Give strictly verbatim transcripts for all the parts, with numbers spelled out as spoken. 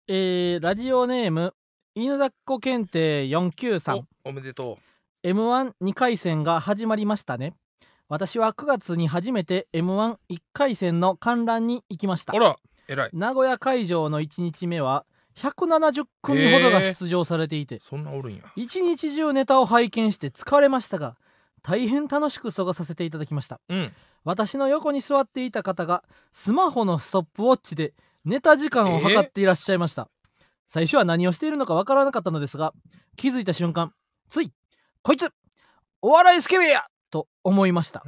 えー、ラジオネーム犬だっこ検定よんきゅうさん。 お、おめでとう。 エムワンに 回戦が始まりましたね。私はくがつに初めて エムワンいち 回戦の観覧に行きました。 あら、偉い。 名古屋会場のいちにちめはひゃくななじゅっくみほどが出場されていて、 そんなおるんや。 一日中ネタを拝見して疲れましたが、大変楽しく過ごさせていただきました。 うん。 私の横に座っていた方がスマホのストップウォッチでネタ時間を測っていらっしゃいました。最初は何をしているのかわからなかったのですが、気づいた瞬間、ついこいつお笑いスケベやと思いました。 うん。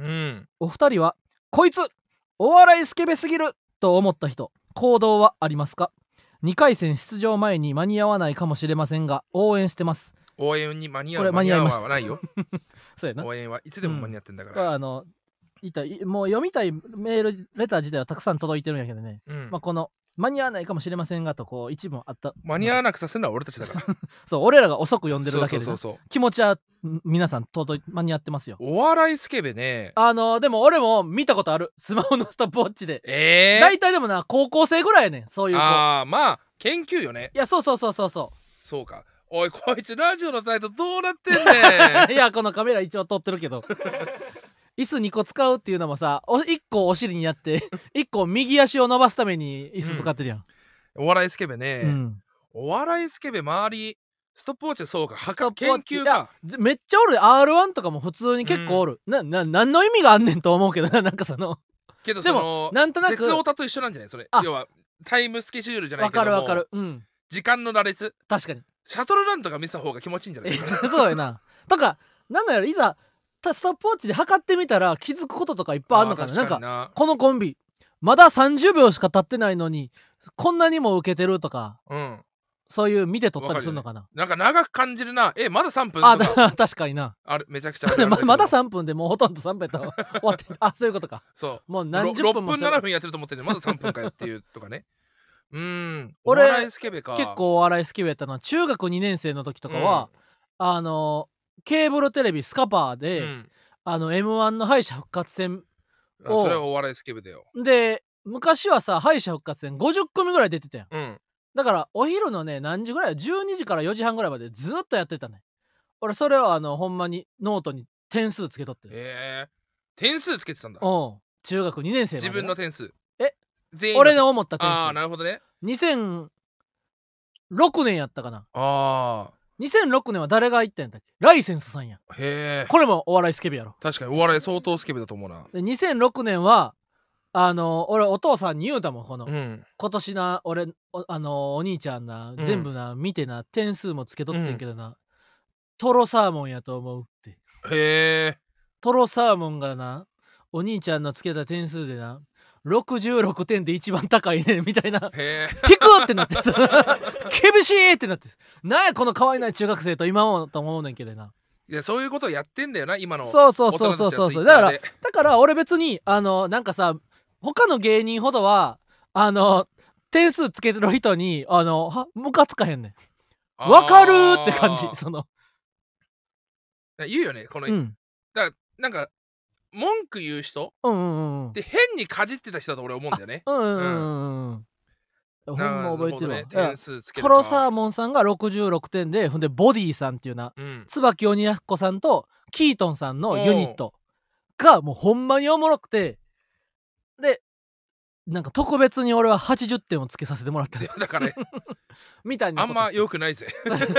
お二人はこいつお笑いスケベすぎると思った人、行動はありますか？にかい戦出場前に間に合わないかもしれませんが応援してます。 応援に間に合う。 これ間に合いました。 間に合わはないよ。 そうやな。 応援はいつでも間に合ってんだかこれら。 はあのいたいもう読みたいメールレター自体はたくさん届いてるんやけどね、 うん。 まあ、この間に合わないかもしれませんがとこう一文あった。 間に合わなくさせるのは俺たちだから。 そう、俺らが遅く読んでるだけでな、 そうそうそうそう。 気持ちはん皆さん届い間に合ってますよ。 お笑いスケベね。 あのでも俺も見たことある、スマホのストップウォッチで。 ええー。 大体でもな高校生ぐらいやねん、そういう子。 ああ、まあ研究よね。 いや、そうそうそうそうそそうか。おい、こいつラジオのタイトルどうなってんねう。いや、このカメラ一応撮ってるけど。椅子にこ使うっていうのもさ、おいっこお尻にやっていっこ右足を伸ばすために椅子使ってるやん。 お笑いスケベね。 うん。 お笑いスケベ周りストップウォッチ、そうか、はストッかプウォッチ研究か。 いやめっちゃおるで。 アールワン とかも普通に結構おる、なな何の意味があんねんと思うけどな。なんかそのけどでもそのなんとなく鉄オタと一緒なんじゃないそれ。 あ要はタイムスケジュールじゃないわけども、 かるわかる。うん、 時間の羅列。 確かに。 シャトルランとか見せた方が気持ちいいんじゃないかな。 そうやな。とかなんだろ、いざたストップウォッチで測ってみたら気づくこととかいっぱいあるのかな。 あーなんか確かにな。 このコンビまださんじゅうびょうしか経ってないのにこんなにも受けてるとか、 うん。 そういう見て取ったりするのかな。 なんか長く感じるな。え、まださんぷんとあか。 確かにな。 ある、めちゃくちゃあるあるまだけどまださんぷんでもうほとんどさんぷんやったら終わってあ、そういうことか。 そうもう何十分もろろっぷんななふんやってると思っててまださんぷんかよっていうとかね。うーん。お俺笑いスケベか。 結構お笑い好きやったのは中学にねん生の時とかは、あのケーブルテレビスカパーうで、 ん。 あの エムワン の敗者復活戦あそれはお笑いスケベだよ。 で、昔はさ敗者復活戦ごじゅっくみぐらい出てたやん。 うん。 だからお昼のね何時ぐらいじゅうにじからよじはんぐらいまでずっとやってたね。俺それはあのほんまにノートに点数つけとってる。 ええ。点数つけてたんだ。 うん中学にねん生まで自分の点数。 え全員の俺の思った点ああ、 数なるほどね。 にせんろくねんやったかな。 あにせんろくねんは誰が言ったんやったっけ、ライセンスさんや。 あ。へえ。 これもお笑いスケベやろ。 確かにお笑い相当スケベだと思うな。 でにせんろくねんはあの俺お父さんに言うたもん、この、 うん。 今年な俺おあのお兄ちゃんな、 ん全部な見てな点数もつけとってんけどな、トロサーモンやと思うって。 へえ。 トロサーモンがなお兄ちゃんのつけた点数でなろくじゅうろくてんで一番高いねみたいな。 へえ。 ピクってなってさ厳しいってなってなんやこの可愛いない中学生と今もと思うねんけどな。 いや、そういうことをやってんだよな今の。 そうそうそうそうそうそう。だからだから俺別にあのなんかさ他の芸人ほどはあの点数つけてる人にあのはムカつかへんねん。わかるーって感じ。その言うよねこの、 うん、 だからなんか文句言う人うんうんうんで変にかじってた人だと俺思うんだよね。 うんうんうんうんほんま覚えてるわ、 ね、点数つけるトロサーモンさんがろくじゅうろくてんで、ほんでボディさんっていうな、うん、椿鬼奴さんとキートンさんのユニットがもうほんまにおもろくて、でなんか特別に俺ははちじゅってんをつけさせてもらった。 だから、ね、 みたいなあんま良くないぜ。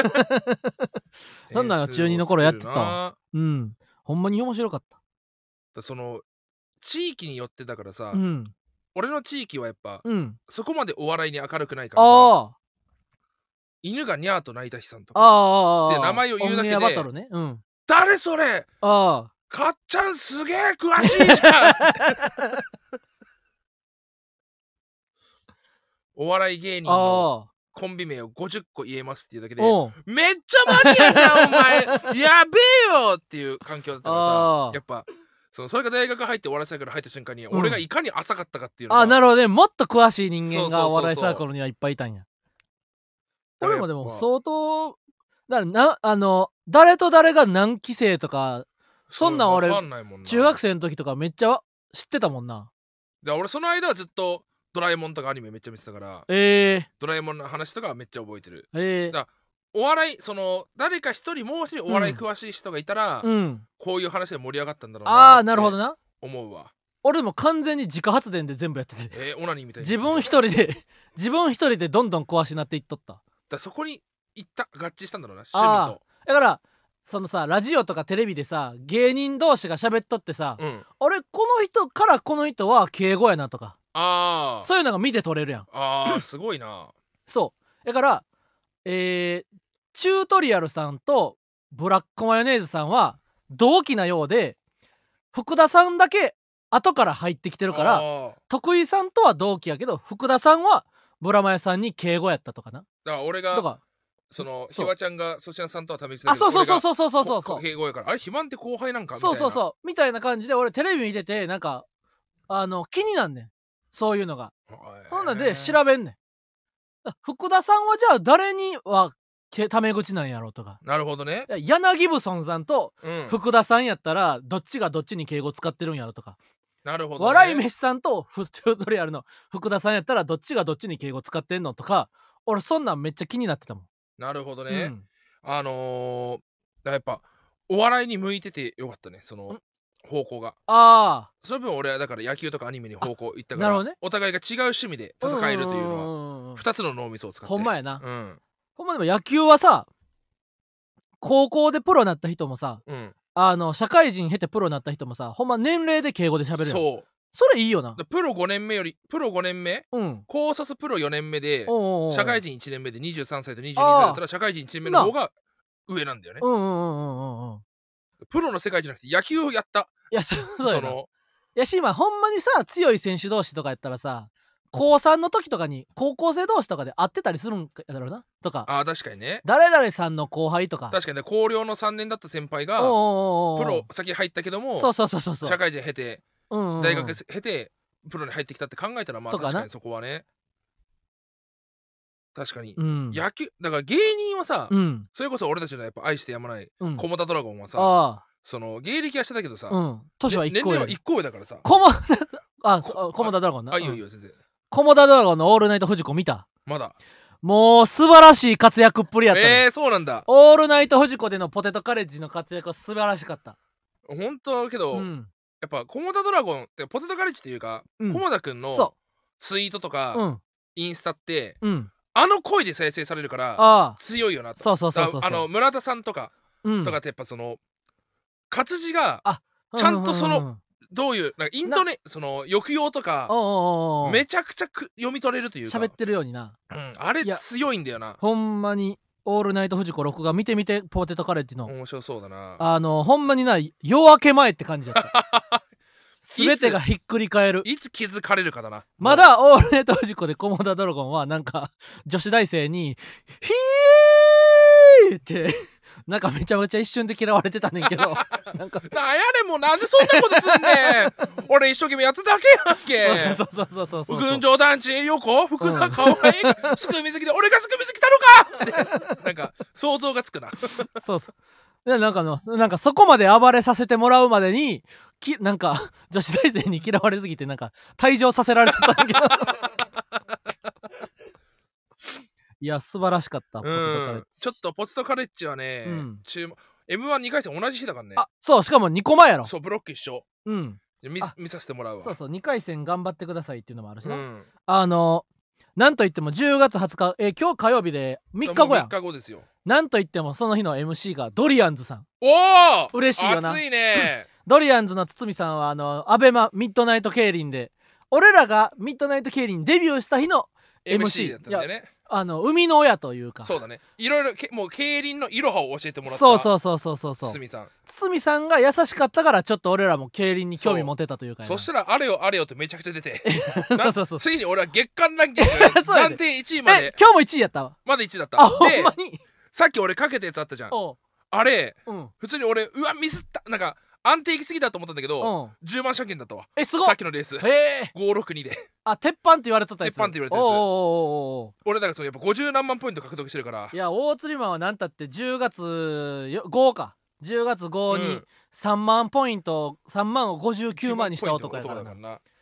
そんなの中にの頃やってたわ。うん、ほんまに面白かった。 だその地域によってだからさ、 うん、 俺の地域はやっぱ、 うん、 そこまでお笑いに明るくないからさ、犬がニャーと鳴いた日さんとかで名前を言うだけで、 バトルね、うん、 誰それ、 ああかっちゃんすげえ詳しいじゃんお笑い芸人のコンビ名をごじゅっこ言えますっていうだけでめっちゃマニアじゃんお前やべえよっていう環境だったからさ、やっぱそのそれが大学入ってお笑いサークル入った瞬間に、うん、俺がいかに浅かったかっていうのが、 あなるほどね、もっと詳しい人間がお笑いサークルにはいっぱいいたんや。俺もでも相当だからな、あの誰と誰が何期生とかそんなん俺中学生の時とかめっちゃ知ってたもんな。 で俺その間はずっとドラえもんとかアニメめっちゃ見てたから、 えドラえもんの話とかめっちゃ覚えてる。 ー、えー、 だお笑いその誰か一人もう一人お笑い詳しい人がいたら、 うん、 こういう話で盛り上がったんだろうあなあなるほどってな。 思うわ。 俺も完全に自家発電で全部やってて、 えー、オナニーみたいに自分一人で自分一人でどんどん壊しになっていっとった。 だからそこに行った合致したんだろうな、趣あ味と。 だからそのさラジオとかテレビでさ芸人同士が喋っとってさ、 うん、 あれこの人からこの人は敬語やなとか、 あそういうのが見て取れるやん。 あーすごいな。 そうだからえー、チュートリアルさんとブラックマヨネーズさんは同期なようで、福田さんだけ後から入ってきてるから、 あ徳井さんとは同期やけど福田さんはブラマヨさんに敬語やったとかな。 だから俺がとかそのひそうわちゃんが粗品さんとは試してたあけど、 そうそうそううそうそうそうそう敬語やから、あれ肥満って後輩なんかみたいな。 そうそうそうみたいな感じで俺テレビ見ててなんかあの気になんねん、そういうのが。そんなんで調べんねん。福田さんはじゃあ誰にはタメ口なんやろうとか。 なるほどね。 柳ブソンさんとうん福田さんやったらどっちがどっちに敬語使ってるんやろとか、 なるほどね。 笑い飯さんとフチュートリアルの福田さんやったらどっちがどっちに敬語使ってんのとか、俺そんなんめっちゃ気になってたもん。 なるほどうね。 ん、 あのー、だからやっぱお笑いに向いててよかったね、その方向が。 あその分俺はだから野球とかアニメに方向行ったから、 なるほどね、 お互いが違う趣味で戦えるというのはのふたつの脳みそを使って。 ほんまやな、 うん、 ほんまでも野球はさ高校でプロになった人もさ、 うん、 あの社会人経てプロになった人もさ、ほんま年齢で敬語で喋るやん。 そうそれいいよな。 だプロごねんめよりプロごねんめ、 うん、 高卒プロよねんめでおうおうおう社会人いちねんめでにじゅうさんさいとにじゅうにさいだったら社会人いちねんめの方が上なんだよね。 うんうんうんうんうんプロの世界じゃなくて野球をやった。 いやそうそうやな。 そのやし今ほんまにさ強い選手同士とかやったらさこうさんの時とかに高校生同士とかで会ってたりするんやだろうなとか、 あー確かにね。 誰々さんの後輩とか、 確かにね、高陵のさんねんだった先輩がおうおうおうおうプロ先入ったけどもそうそうそうそうそう社会人経てうんうんうん大学経てプロに入ってきたって考えたらまあとかな確かにそこはね確かに、 うん野球だから芸人はさ、 うんそれこそ俺たちのやっぱ愛してやまないうん菰田ドラゴンはさ、 あその芸歴はしてたけどさ、 あうん年はね一個上年齢はいっこ上だからさ。 コモあそコモダドラゴンな。 あいいよいいよ全然。 コモダドラゴンのオールナイトフジコ見た？ まだもう素晴らしい活躍っぷりやったね。 えー、そうなんだ。 オールナイトフジコでのポテトカレッジの活躍は素晴らしかった。 本当だけど、 うんやっぱ菰田ドラゴンってポテトカレッジっていうかうん菰田くんのそツイートとか、 うんインスタってうんあの声で再生されるからああ強いよなと。 そうそうそうそうそうだあの村田さんとか、 うんとかってやっぱその活字があちゃんとそのうんうんうんうんどういうなんかイントネその抑揚とかおうおうおうおうめちゃくちゃく読み取れるというか喋ってるようにな。 うん、あれいや強いんだよな。 ほんまにオールナイトフジコ録画見てみてポテトカレッジの面白そうだな。 あのほんまにな夜明け前って感じやった全てがひっくり返る。 いつ気づかれるかだな。 まだオールナイトフジコでコモダドラゴンはなんか女子大生に「ヒー!」ってなんかめちゃめちゃ一瞬で嫌われてたねんけどなんかなんやねんもうなんでそんなことすんねん俺一生懸命やってただけやんけ。 そうそうそうそうそうそう群青団地横福田かわいいすくみずきで俺がすくみずきたのかってなんか想像がつくな。 そうそうでなんかのなんかそこまで暴れさせてもらうまでにきなんか女子大生に嫌われすぎてなんか退場させられちゃったんだけどいや素晴らしかったポテトカレッうんジ。 ちょっとポテトカレッジはね、 うん注目 エムワンに 回戦同じ日だからね。 あそうしかもにこまえやろ。 そうブロック一緒うん見あ見させてもらうわ。 そうそうにかい戦頑張ってくださいっていうのもあるしな、 うん、 あのなんといってもじゅうがつはつかえ今日火曜日でみっかごやん。 みっかごですよ。 なんといってもその日の エムシー がドリアンズさん。 おお嬉しいよな熱いねドリアンズの堤さんはあのアベマミッドナイト競輪で俺らがミッドナイト競輪デビューした日の エムシーエムシー だったんだよね。 あの生みの親というかそうだね。いろいろけもう競輪のいろはを教えてもらった。 そうそうそうそうそうそう堤さん。 堤さんが優しかったからちょっと俺らも競輪に興味持てたというかそしたらあれよあれよってめちゃくちゃ出てそうそうそうついに俺は月間ランキングそうやで暫定いちいまえで今日もいちいやったわ。 まだいちいだった。 あほんでまにさっき俺かけたやつあったじゃん。 おうあれうん普通に俺うわミスったなんか安定いきすぎだと思ったんだけどうんじゅうまん車検だったわ。 えすごっさっきのレースへえごひゃくろくじゅうにであ鉄板って言われとったやつ。 鉄板って言われたやつおうおうおうおうおう俺だからそのやっぱごじゅうなんまんポイント獲得してるからいや大釣りマンはなんたってじゅうがつよごかじゅうがつごにうんさんまんポイントさんまんをごじゅうきゅうまんにした男やからな。 男だからない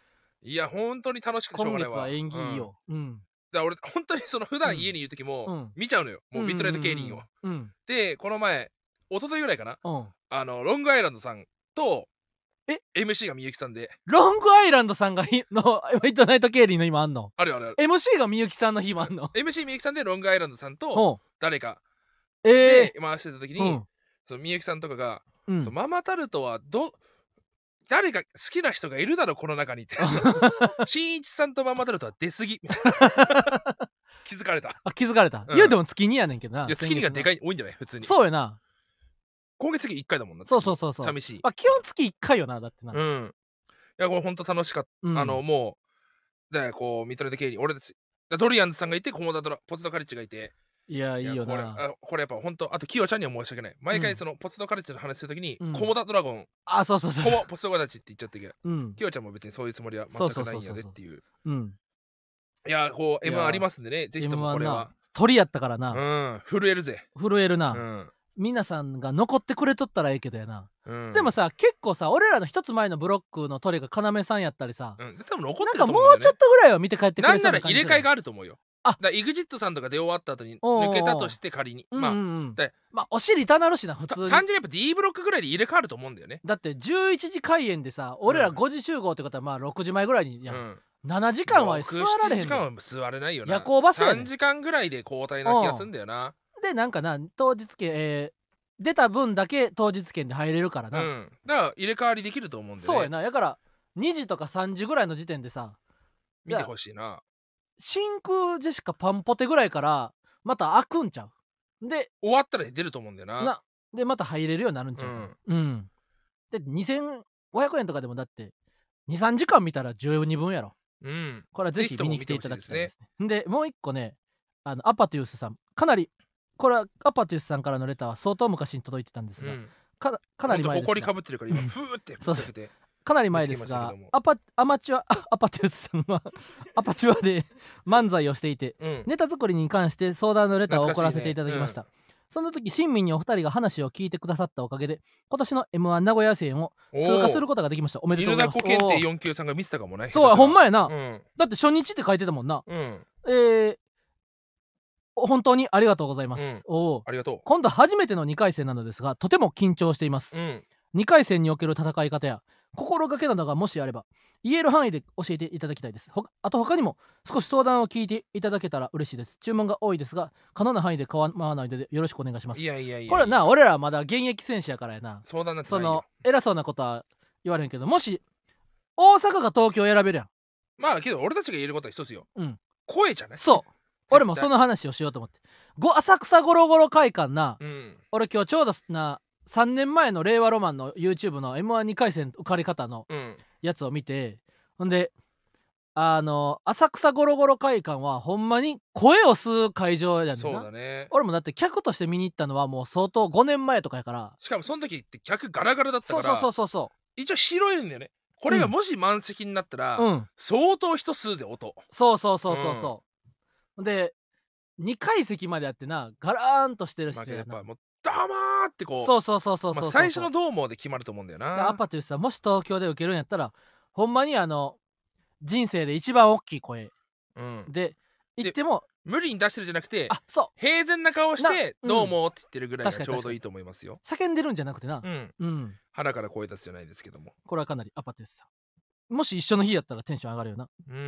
いや本当に楽しくてしょうがないわ。 今月は縁起いいよ。うん。うん、 だから俺本当にその普段家にいる時も見ちゃうのよ、うん、もうビットナイト競輪を、 うんうんうん、 でこの前一昨日ぐらいかな、 うん、 あのロングアイランドさんとえエムシー がみゆきさんで。 ロングアイランドさんがのビットナイト競輪の今あんの？ あるあるある。 エムシー がみゆきさんの日もあんの？ エムシー みゆきさんでロングアイランドさんと誰かえで回してた時に、 うん、 そのみゆきさんとかが、 うん、 そのママタルトはど誰か好きな人がいるだろこの中にってしんいちさんとママタルトは出過ぎみたいな気づかれた。 あ、気づかれた、うん、言うても月にやねんけどな。 いや月にがでかい多いんじゃない普通に。 そうよな。 今月月いっかいだもんな。 そうそうそうそう。 寂しい。 まあ基本月いっかいよなだってな。 うん。いやこれほんと楽しかった、うん、あのもうだからこうミッドナイト競輪俺たちドリアンズさんがいてコモダドラポテトカレッジがいて。 いやいいよな。 これあこれやっぱほんとあとキヨちゃんには申し訳ない。毎回そのポテトカレッジの話するときに、うん、コモダドラゴン、 あそうそうそうコモポテトカレッジって言っちゃったけど、 うん、 キヨちゃんも別にそういうつもりは全くないんやでっていう。 うん。 いやこう エムワン ありますんでねぜひともこれは。 鳥やったからな。 うん震えるぜ。 震えるな。 うん。 皆さんが残ってくれとったらええけどやな、 うん、 でもさ結構さ俺らの一つ前のブロックの鳥が要さんやったりさ、 うん、多分残ってると思うんだよね。なんかもうちょっとぐらいは見て帰ってくれそうな感じ。 なんなら入れ替えがあると思うよ。あだ イグジット さんとか出終わった後に抜けたとして仮にまあ、うんうん、でまあお尻たなるしな普通に。 単純にやっぱ D ブロックぐらいで入れ替わると思うんだよね。 だってじゅういちじ開演でさ俺らごじ集合ってことはまあろくじまえぐらいにやん、うん、ななじかんは座られへん。 ろく、ななじかんは座れないよな。 夜行バスやねん。 さんじかんぐらいで交代な気がするんだよな。 でなんかな当日券、えー出た分だけ当日券で入れるからな、 うん、だから入れ替わりできると思うんでね。 そうやな。だからにじとかさんじぐらいの時点でさ見てほしいな。 真空ジェシカパンポテぐらいからまた開くんちゃうで終わったら出ると思うんだよな。なでまた入れるようになるんちゃう、うんうん、でにせんごひゃくえんとかでもだってにさんじかん見たら十二分やろ、 うん、 これはぜひ見に来ていただきたいですね。でもう一個ねあのアパティウスさんかなりこれはアパティウスさんからのレターは相当昔に届いてたんですが、うん、か, かなり前ですが埃かぶってるから今フーってそうかなり前ですがアパアマチュアアパティウスさんはアパチュアで漫才をしていて、うん、ネタ作りに関して相談のレターを送らせていただきました、ねうん、その時親身にお二人が話を聞いてくださったおかげで今年の エムワン 名古屋戦を通過することができました。おめでとうございます。 犬田子検定よん級さんが見てたかもね。 そうほんまやな、 うん、 だって初日って書いてたもんな、 うん、 えー本当にありがとうございます、うん、 おありがとう。 今度初めてのにかい戦なのですがとても緊張しています、うん、にかい戦における戦い方や心がけなどがもしあれば言える範囲で教えていただきたいです。あと他にも少し相談を聞いていただけたら嬉しいです。注文が多いですが可能な範囲で構わないのでよろしくお願いします。 いやいやいやこれはな俺らはまだ現役選手やからやな。 相談なんてないよ。その偉そうなことは言われんけどもし大阪が東京選べるやん。 まあけど俺たちが言えることは一つよ、うん、声じゃない。 そう俺もその話をしようと思ってご浅草ゴロゴロ会館な、うん、俺今日ちょうどなさんねんまえの令和ロマンの YouTube の エムワンに 回戦受かり方のやつを見て、うん、ほんであの浅草ゴロゴロ会館はほんまに声を吸う会場やねんな。 そうだね。 俺もだって客として見に行ったのはもう相当ごねんまえとかやから。 しかもその時って客ガラガラだったからそうそうそうそう一応白いんだよね。これがもし満席になったら、うん、相当人吸うぜ音。 そうそうそうそうそう、うん、でにかい席までやってなガラーンとしてる人やな。 やっぱもうダーマーってこうそうそうそうそうそう、 まあ、最初のドームで決まると思うんだよな。 アパというさもし東京で受けるんやったらほんまにあの人生で一番大きい声、うん、で言っても無理に出してるじゃなくてあそう平然な顔してどうもって言ってるぐらいがちょうどいいと思いますよ。 叫んでるんじゃなくてな、 うんうん、腹から声出すじゃないですけどもこれはかなりアパというさもし一緒の日やったらテンション上がるよな。 うん、うん、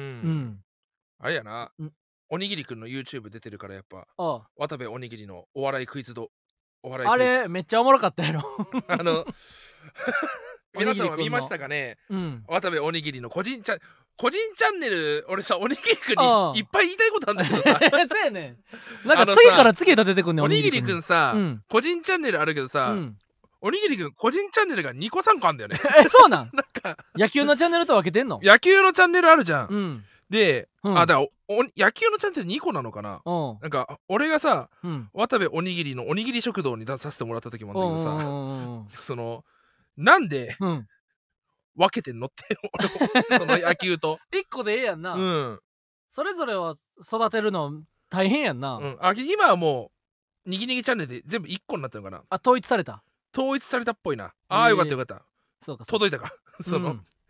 あれやな、うんおにぎりくんの YouTube 出てるからやっぱああ渡部おにぎりのお笑いクイズどお笑いクイズあれめっちゃおもろかったやろあの皆さんは見ましたかね、うん、渡部おにぎりの個人チャ個人チャンネル俺さおにぎりくんにいっぱい言いたいことあるんだけどさそうやねなんか次から次へと出てくんねんおにぎりくんさ、うん、個人チャンネルあるけどさ、うん、おにぎりくん個人チャンネルがにこさんこあんだよねえそうなんなんか野球のチャンネルと分けてんの野球のチャンネルあるじゃん、 うんで、うん、あだからお野球のチャンネルにこなのかな、 うん、 なんか俺がさ、うん、渡部おにぎりのおにぎり食堂に出させてもらった時もあるんだけどさそのなんで、うん、分けてんのってその野球といっこでええやんな、 うん、 それぞれを育てるの大変やんな、 うん、あ今はもうにぎにぎチャンネルで全部いっこになってるのかな。 あ統一された統一されたっぽいな。ああ、えー、よかったよかった。 そうか届いたかその、うん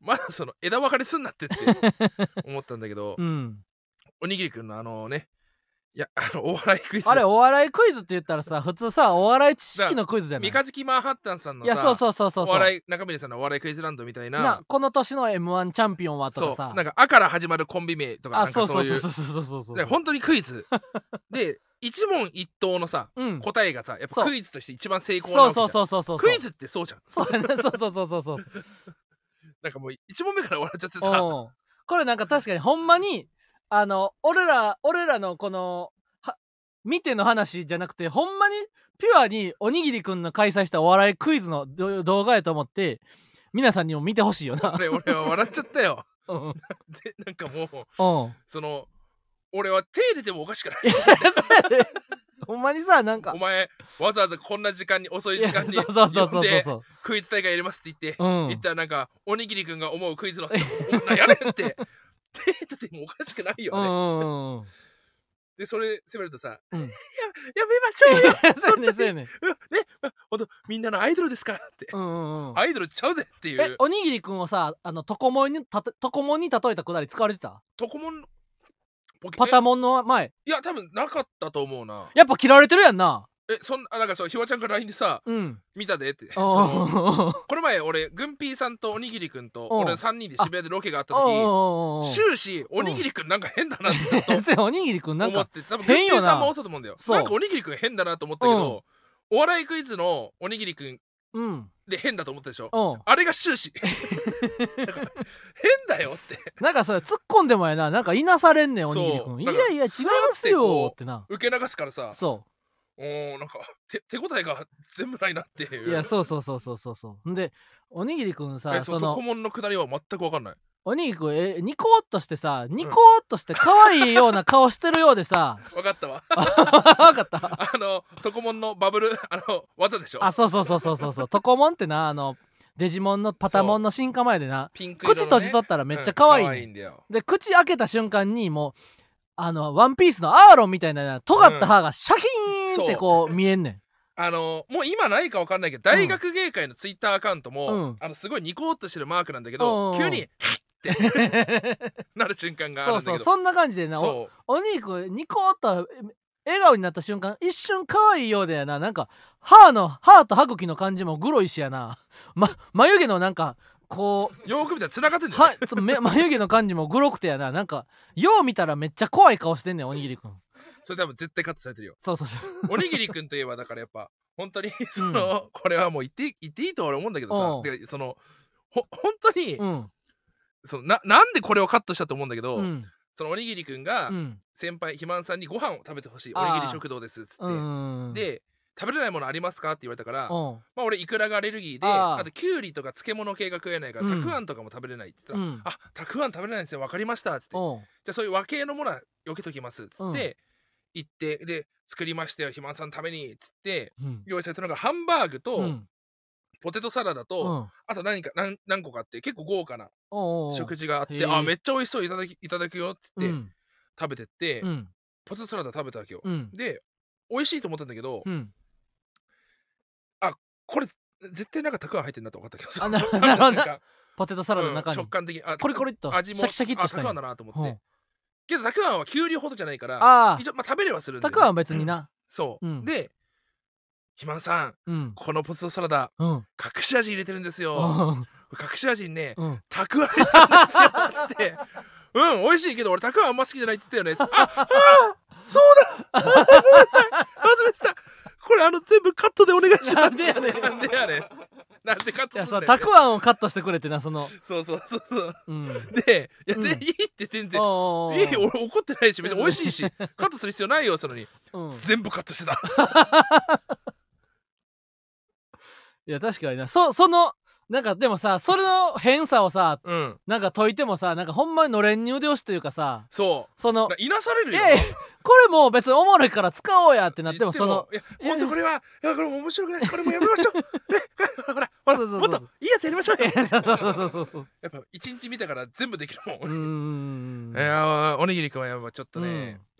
まだその枝分かれすんなってって思ったんだけど、 うん、 おにぎりくんのあのね、いや、あのお笑いクイズ、 あれお笑いクイズって言ったらさ、普通さお笑い知識のクイズじゃない。 三日月マンハッタンさんのさ、 いやそうそうそうそうそう、 お笑い中峰さんのお笑いクイズランドみたいな、 なこの年の エムワン チャンピオンはとかさ、 そうなんか「あ」から始まるコンビ名とか、なんあそうかそういうそうそうそうそうそうそうで本当にクイズで一問一答のさ、 うん、 答えがさやっぱそうクイズとして一番成功なわけじゃん。 そうそうそうそうそうクイズってそうじゃん。 そうやねそうそうそうそうそうなんかもう一問目から笑っちゃってさ、 うんこれなんか確かにほんまにあの俺ら俺らのこのは見ての話じゃなくて、ほんまにピュアにおにぎりくんの開催したお笑いクイズのど動画やと思って皆さんにも見てほしいよな。 俺俺は笑っちゃったよ。 うんでなんかもううんその俺は手出てもおかしくない。 いやそうやでほんまにさなんかお前わざわざこんな時間に遅い時間にいやそうそうそうそう呼んでそうクイズ大会やりますって言って、 うん言ったらなんかおにぎりくんが思うクイズのお前やれって手出てもおかしくないよね。 うんうんうんうんでそれ責めるとさ、 うんややめましょうよそうやねそうやねね、まほんとみんなのアイドルですからって、 うんうんうんアイドルちゃうぜっていえう。 おにぎりくんをさあのトコモンにたとトコモンに例えたくだり使われてたトコモンポケパタモンの前いや多分なかったと思うな。 やっぱ嫌われてるやんな。 えそんななんかそうひわちゃんから ライン でさうん見たでってそおのーこの前俺グンピーさんとおにぎりくんとうん俺さんにんで渋谷でロケがあったおー時おーおー終始おにぎりくんなんか変だなってずっとそうやおにぎりくんなんか思って多分グン変よなピーさんもそうと思うんだよ。 そうなんかおにぎりくん変だなと思ったけど、お笑いクイズのおにぎりくんうんで変だと思ったでしょ。 うんあれが終始変だよってなんかそれ突っ込んでもやななんかいなされんねんおにぎりくん。いそうだからやいや違いますよってな。 受け流すからさ、 そおーなんか手手応えが全部ないなっていうういやそうそうそうそうそうそうんでおにぎりくんえさそのそのトコモンのくだりは全く分かんない。 おにぎりくんえニコッとしてさニコッとして可愛いような顔してるようでさ分かったわ分かったあのトコモンのバブルあの技でしょ。 あそうそうそうそうそうそうトコモンってなあのデジモンのパタモンの進化前でなピンク色のね口閉じとったらめっちゃ可愛い,、ねうん可愛いんだよ。 で口開けた瞬間にもうあのワンピースのアーロンみたいな尖った歯がシャキーンってこう見えんねん。 あのもう今ないか分かんないけど大学芸会のツイッターアカウントも、 うん、 あのすごいニコーっとしてるマークなんだけど、 うん、 急にってなる瞬間があるんだけど、 そうそうそんな感じでな お, おにぎりくんニコッと笑顔になった瞬間一瞬可愛いようでやな。なんか歯の歯と歯茎の感じもグロいしやな、ま、眉毛のなんかこうよーく見たら繋がってんだよね。 はつめ眉毛の感じもグロくてやな。なんかよう見たらめっちゃ怖い顔してんねんおにぎりくん。 それ多分絶対カットされてるよ。 そうそうそうおにぎりくんといえばだからやっぱ本当にその、うん、これはもう言って言っていいと俺思うんだけどさ、でそのほ本当に、うん、そのななんでこれをカットしたと思うんだけど、うん、そのおにぎりくんが先輩肥満さんにご飯を食べてほしい、おにぎり食堂ですっつって、で食べれないものありますかって言われたから、まあ俺イクラがアレルギーで、あとキュウリとか漬物系が食えないから、たくあんとかも食べれないって言ったら、うん、あたくあん食べれないんですよ分かりましたっつって、じゃあそういう和系のものは避けときますっつって、行ってで作りましたよ肥満さんのためにっつって、うん、用意されたのがハンバーグと、うん、ポテトサラダと、うん、あと何か 何, 何個かあって結構豪華な食事があって、あめっちゃ美味しそういただきいただくよっつって、うん、食べてって、うん、ポテトサラダ食べたわけよ、うん、で美味しいと思ったんだけど、うん、あこれ絶対なんかたくあん入ってるなと分かったけどさ、なるほどなんかポテトサラダの中に、 食感的にあコリコリっと味もシャキシャキっとしたたくあんだなと思って、けどたくあんはきゅうりほどじゃないからあ一応、まあ、食べれはするんだよ、ね、たくあんは別にな、うん、 そう、うん、で肥満さん、うん、このポテトサラダ、うん、隠し味入れてるんですよ、隠し味にね、うん、たくあん入れてるんですよってうん美味しいけど俺たくあんあんま好きじゃないって言ったよねああそうだごめんなさい忘れてたこれあの全部カットでお願いします。なんでやねんなんでやねんなんでカットすんねん。いやさたくあんをカットしてくれてなそのそうそうそうそう、うん、でいや、うん、いいって全然いい俺怒ってないし別に美味しいしカットする必要ないよそのに、うん、全部カットしてたいや確かにな そ, そのなんかでもさそれの変さをさ、うん、なんか解いてもさなんかほんまにのれんに腕押しというかさそうそのいなされるよ、 えー、これもう別におもろいから使おうやってなってもそのいやほんとこれは、いやこれも面白くないしこれもやめましょうねほらほらもっといいやつやりましょうよそうそうそうそうやっぱ一日見たから全部できるもんうーんいやおにぎりくんはやっぱちょっとね、うん、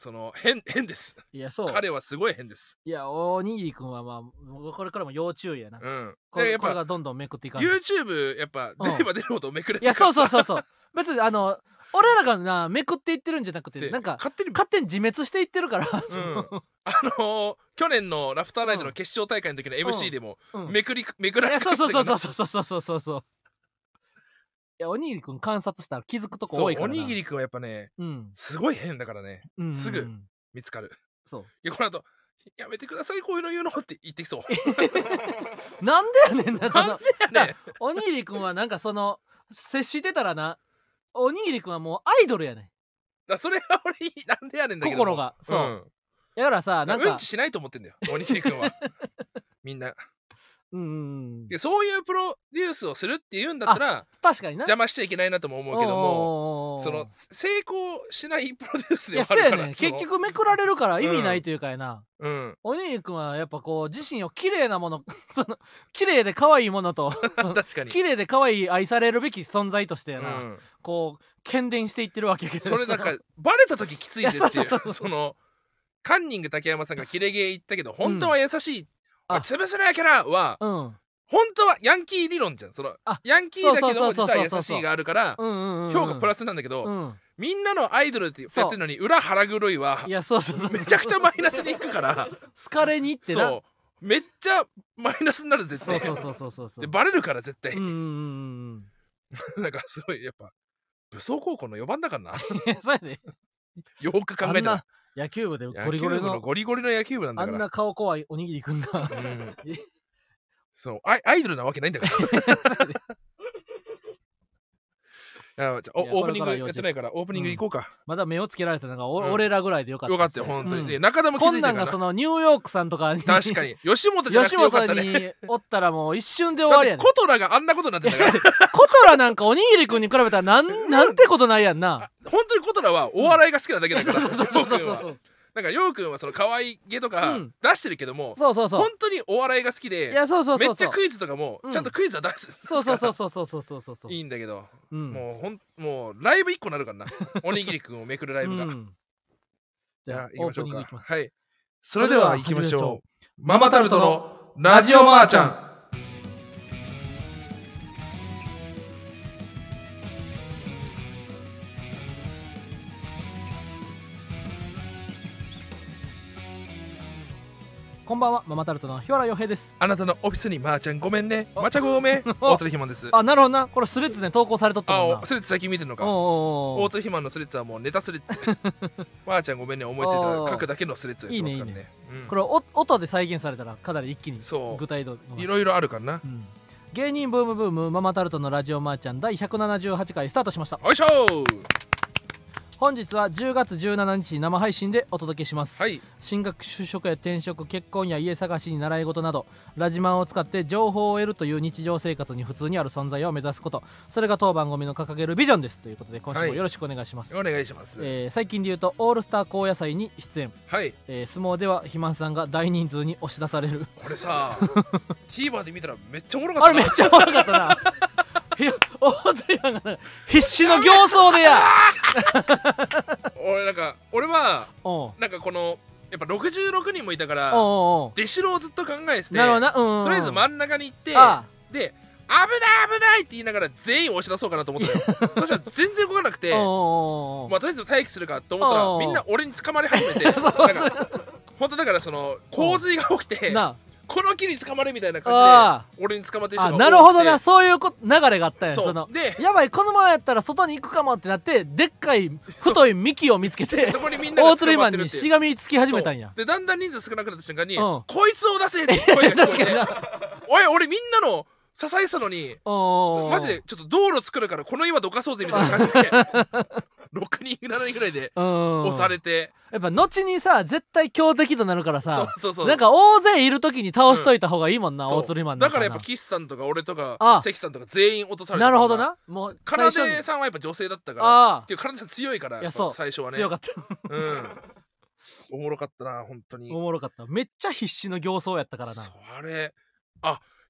その変変です。 いやそう彼はすごい変です。 いやおにぎりくんはまあこれからも要注意やな。 うんこれやっぱこれがどんどんめくっていかんと YouTube やっぱ出れば出るほどめくれていやそうそうそうそう別にあの俺らがなめくっていってるんじゃなくてでなんか勝手に勝手に自滅していってるから、 うんそのあのー去年のラフターナイトの決勝大会の時の エムシー でもうんめくりめくらいやれてそうそうそうそうそうそうそうそうそういやおにぎりくん観察したら気づくとこそう多いからなおにぎりくんはやっぱねうんすごい変だからねうんうんうんすぐ見つかる。 そういやこの後やめてくださいこういうの言うのって言ってきそうなんでやねんなそのなんでやねんおにぎりくんはなんかその接してたらなおにぎりくんはもうアイドルやねんだそれは俺なんでやねんだけど心がそう、 んだからさなんかうんちしないと思ってんだよおにぎりくんはみんなうんうんうんでそういうプロデュースをするっていうんだったら確かにな邪魔しちゃいけないなとも思うけどももその成功しないプロデュースいではあるからやそうやねん結局めくられるから意味ないというかやな、 うんおにぎりくんはやっぱこう自身を綺麗なものその綺麗で可愛いものとその確かに綺麗で可愛い愛されるべき存在としてやな、 うんこう喧伝していってるわけやけどそれなんかバレた時きついぜっていいやそうそうそううそのカンニング竹山さんがキレゲー言ったけど本当は優しいあ潰せないキャラはうん本当はヤンキー理論じゃんそのあヤンキーだけども実そうそうそうそうそうは優しいがあるからうんうんうん評価プラスなんだけどうんみんなのアイドルってやってそうるのに裏腹黒いはいやそうそうそうめちゃくちゃマイナスにいくから好かれに行ってなそうめっちゃマイナスになる絶対そうそうそうそうそうでバレるから絶対うんうんうんうんなんかすごいやっぱ武装高校のよばんだからないやそうやでよく考えたらあんな野球部でゴ野球部リゴリののゴリゴリの野球部なんだからあんな顔怖いおにぎりくんがうんえそうアイアイドルなわけないんだからそうやでいやじゃあいやおオープニングこれからやってないからオープニング行こうか、 まだ目をつけられたのがお、 うん俺らぐらいでよかったよかったよ本当に、 うんで中田も気こんなんがづいてるからそのニューヨークさんとかに確かに吉本じゃなくて吉よかったね本におったらもう一瞬で終だっわりやねんてコトラがあんなことになっていたからやコトラなんかおにぎりくんに比べたらなんなんてことないやんなあ本当にコトラはお笑いが好きなだけだからそうそうそうそうそうそうなんかようくんはその可愛いゲとかうん出してるけども、 そうそうそう本当にお笑いが好きいでやそうそうそうそうめっちゃクイズとかもうんちゃんとクイズは出す、 そうそうそうそうそうそうそうそうそういいんだけど、 うんもうほんもうライブいっこなるからなおにぎりくんをめくるライブが、 うんじゃあじゃあ行きましょうかオープニングいきますはいそれでは行きましそれではょうママタルトのラジオマーちゃん。 こんばんはママタルトの日原洋平ですあなたのオフィスにまーちゃんごめんねあまちゃごめん大鶴ひまんですあなるほどなこれスレッズで投稿されとったもんなあおスレッズ最近見てるのかおうおうおう大鶴ひまんのスレッズはもうネタスレッズまーちゃんごめんね思いついたら書くだけのスレッズやってますからねいいねうんこれお音で再現されたらかなり一気にそう具体度いろいろあるからなうん芸人ブームブームママタルトのラジオマーちゃんだいひゃくななじゅうはちかいスタートしました。 よいしょー本日はじゅうがつじゅうしちにち生配信でお届けします、 はい進学就職や転職結婚や家探しに習い事などラジマンを使って情報を得るという日常生活に普通にある存在を目指すこと、それが当番組の掲げるビジョンですということで今週もよろしくお願いします、 お願いしますえー最近で言うとオールスター高野菜に出演、 はいえー相撲では肥満さんが大人数に押し出されるこれさ TVer で見たらめっちゃおもろかったなあれめっちゃおもろかったないや大鳥さんが必死の形相でや俺なんか俺はおうなんかこのやっぱろくじゅうろくにんもいたからおうおう出城をずっと考えててなるほどな、うんうんうん、 とりあえず真ん中に行ってあで危ない危ないって言いながら全員押し出そうかなと思ったよそしたら全然動かなくてあおうおうおうおうまあとりあえず待機するかと思ったおうおうらみんな俺に捕まり始めてなんそうか本当だからその洪水が起きてなこの木に捕まれみたいな感あじで俺に捕まってる人あが多くてなるほどな、そういうこ流れがあったんや。 そそうのでやばいこのままやったら外に行くかもってなってでっかい太い幹を見つけてそこにみんなが大鶴マンに捕まってるっていうしがみつき始めたんや。 でだんだん人数少なくなった瞬間に、 うんこいつを出せって声が聞こえて確かになおい俺みんなの支えてたのにおうおうマジでちょっと道路作るからこの岩どかそうぜみたいな感じでろくにんしちにんぐらいでうん押されてやっぱ後にさ絶対強敵となるからそうさそうそうなんか大勢いる時に倒しといた方がいいもんな、 そう大鶴マンなんかなだからやっぱ岸さんとか俺とかあ関さんとか全員落とされてなるほどなもうかな最初にでさんはやっぱ女性だったからあっていうかなでさん強いからいやそう最初はねあ強かったうんおもろかったな本当におもろかっためっちゃ必死の形相やったからなそうあれあ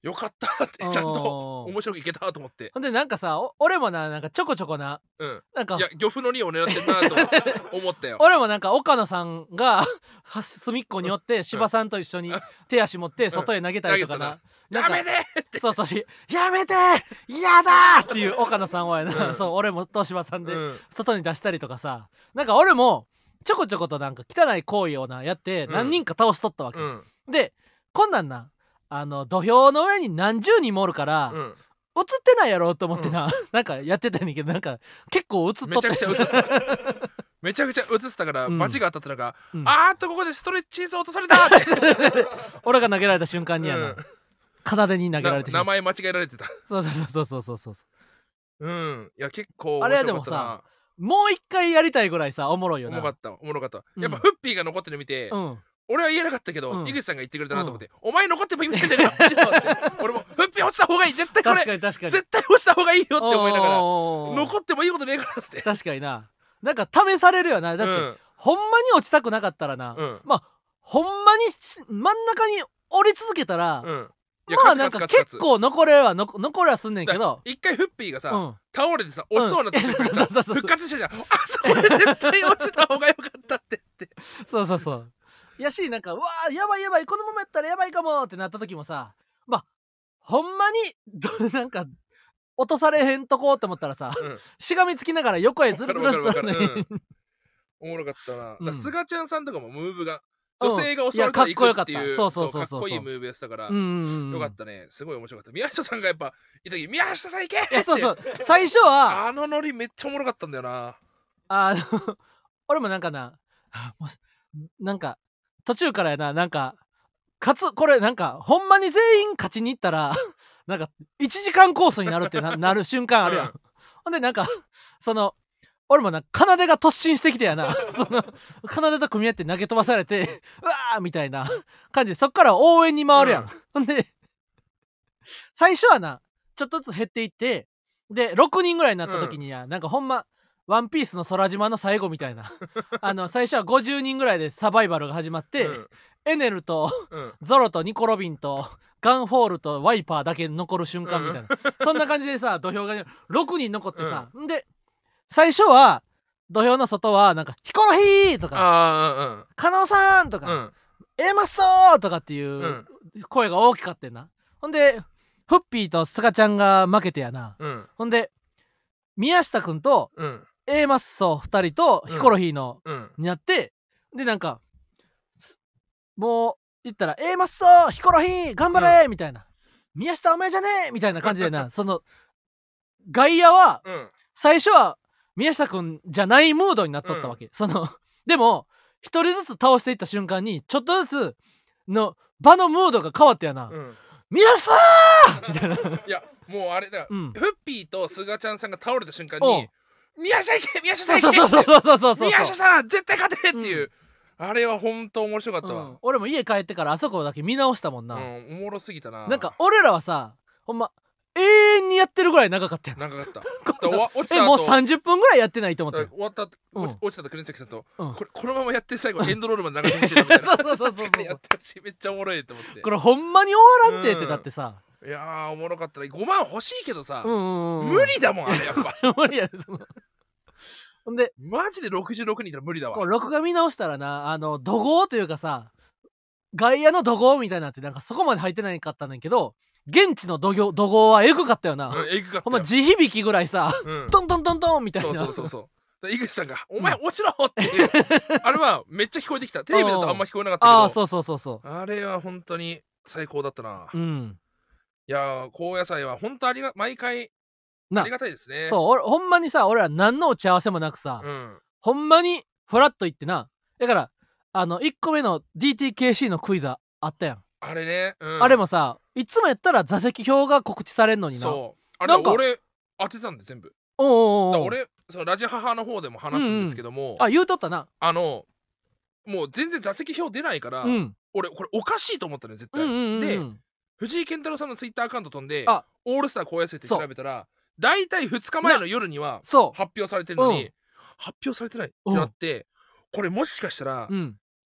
よかったってちゃんと面白くいけたと思って。 ほんでなんかさ俺もななんかちょこちょこな、 うん、なんかいや漁夫の利を狙ってるなと思ったよ。 俺もなんか岡野さんが隅っこに寄って芝さんと一緒に手足持って外へ投げたりとかな、 うん、やめてってそうそうしやめてやだっていう岡野さんはやな、うん、そう俺も東芝さんで外に出したりとかさ、なんか俺もちょこちょことなんか汚い行為をなやって何人か倒しとったわけ、うん、でこんなんなあの土俵の上に何十人もおるから、うん、映ってないやろと思ってな、うん、なんかやってたんやけどなんか結構映っとった。 めちゃくちゃ映ってためちゃくちゃ映ってたから、うん、バチが当たったのが、うん、あーっとここでストレッチーズ落とされたって俺が投げられた瞬間にやな、うん、奏でに投げられて名前間違えられてた。 そうそうそうそうそうそううんいや結構面白かったな。あれはでもさもう一回やりたいぐらいさおもろいよな。 おもろかったおもろかった、うん、やっぱフッピーが残ってるの見て、うん俺は言えなかったけど、うん、井口さんが言ってくれたなと思って、うん、お前残っても意味ないんだよ俺もフッピー落ちた方がいい絶対これ確かに確かに絶対落ちた方がいいよって思いながら残ってもいいことねえからって。 確かにななんか試されるよな。だって、うん、ほんまに落ちたくなかったらな、うん、まあほんまに真ん中に降り続けたら、うん、まあなんか結構残れはの残れはすんねんけど一回フッピーがさ、うん、倒れてさ落ちそうになって復活したじゃん。あそこで絶対落ちた方がよかったってってそうそうそうやしなんかうわーやばいやばいこのままやったらやばいかもってなった時もさまあほんまになんか落とされへんとこって思ったらさ、うん、しがみつきながら横へずるずるずるねおもろかったな。うん、すがちゃんさんとかもムーブが女性が襲われたら行くっていうそうそうそうかっこいいムーブやってたから、うんうんうん、よかったね。すごい面白かった。宮下さんがやっぱいた時宮下さん行けってそうそう最初はあのノリめっちゃおもろかったんだよな。 あの俺もなんかななんか途中からやななんか勝つこれなんかほんまに全員勝ちに行ったらなんかいちじかんコースになるってな, なる瞬間あるやん、うん、ほんでなんかその俺もな奏でが突進してきてやなその奏でと組み合って投げ飛ばされてうわーみたいな感じでそっから応援に回るやん、うん、ほんで最初はなちょっとずつ減っていってでろくにんぐらいになった時にや、うん、なんかほんまワンピースの空島の最後みたいなあの最初はごじゅうにんぐらいでサバイバルが始まって、うん、エネルと、うん、ゾロとニコロビンとガンホールとワイパーだけ残る瞬間みたいな、うん、そんな感じでさ土俵がろくにん残ってさ、うん、で最初は土俵の外はなんかヒコロヒーとか加納さんとか、うん、ええまっそーとかっていう声が大きかってんな。ほんでフッピーとスカちゃんが負けてやな、うん、ほんで宮下くんと、うん、A マッソふたりとヒコロヒーの、うん、になってでなんかもう言ったら A マッソヒコロヒー頑張れ、うん、みたいな宮下お前じゃねえみたいな感じでなその外野は、うん、最初は宮下くんじゃないムードになっとったわけ、うん、そのでも一人ずつ倒していった瞬間にちょっとずつの場のムードが変わってやな、うん、宮下みたいないやもうあれだ、うん、フッピーとすがちゃんさんが倒れた瞬間に宮下行け宮下さん行けそうそうそうそうそうそう宮下さん絶対勝てっていう、うん、あれは本当面白かったわ、うん、 俺も家帰ってからあそこだけ見直したもんな、うん、おもろすぎたな。 なんか俺らはさほんま永遠にやってるぐらい長かったよ。 長かった落ちたえもうさんじゅっぷんぐらいやってないと思って終わった、うん、落ちたと国崎さんと、うん、これこのままやって最後エンドロールまで流してほしいなみたいなそうそうそうそうやってほしいめっちゃおもろいと思ってこれほんまに終わらんてって、うん、だってさいやーおもろかったね。ごまん欲しいけどさ、うんうんうん、無理だもんあれやっぱ無理やでそのほんでマジでろくじゅうろくにんいたら無理だわ。 こう録画見直したらなあの怒号というかさ外野の怒号みたいなってなんかそこまで入ってないかったんだけど現地の怒号はエグかったよな、 うん、エグかったよ。 ほんま地響きぐらいさ、うん、トントントントンみたいなそうそうそうそう井口さんが「お前落ちろ!」っていう、うん、あれはめっちゃ聞こえてきた。テレビだとあんま聞こえなかったけどあそうそうそうそうあれは本当に最高だったな。 うんいやー高野菜は本当ありが毎回ありがたいですね。 そう俺ほんまにさ俺ら何の打ち合わせもなくさ、うん、ほんまにフラッと行ってなだからあのいっこめの ディーティーケーシー のクイズあったやんあれね、うん、 あれもさいつもやったら座席表が告知されんのになそうあれなんか俺当てたんで全部おうおうおう俺そのラジハハの方でも話すんですけども、うんうん、 あ言うとったなあのもう全然座席表出ないから、うん、俺これおかしいと思ったね絶対、うんうんうんうん、で藤井健太郎さんのツイッターアカウント飛んでオールスター高野菜って調べたらだいたいふつかまえの夜には発表されてるのに、うん、発表されてないってなってこれもしかしたら、うん、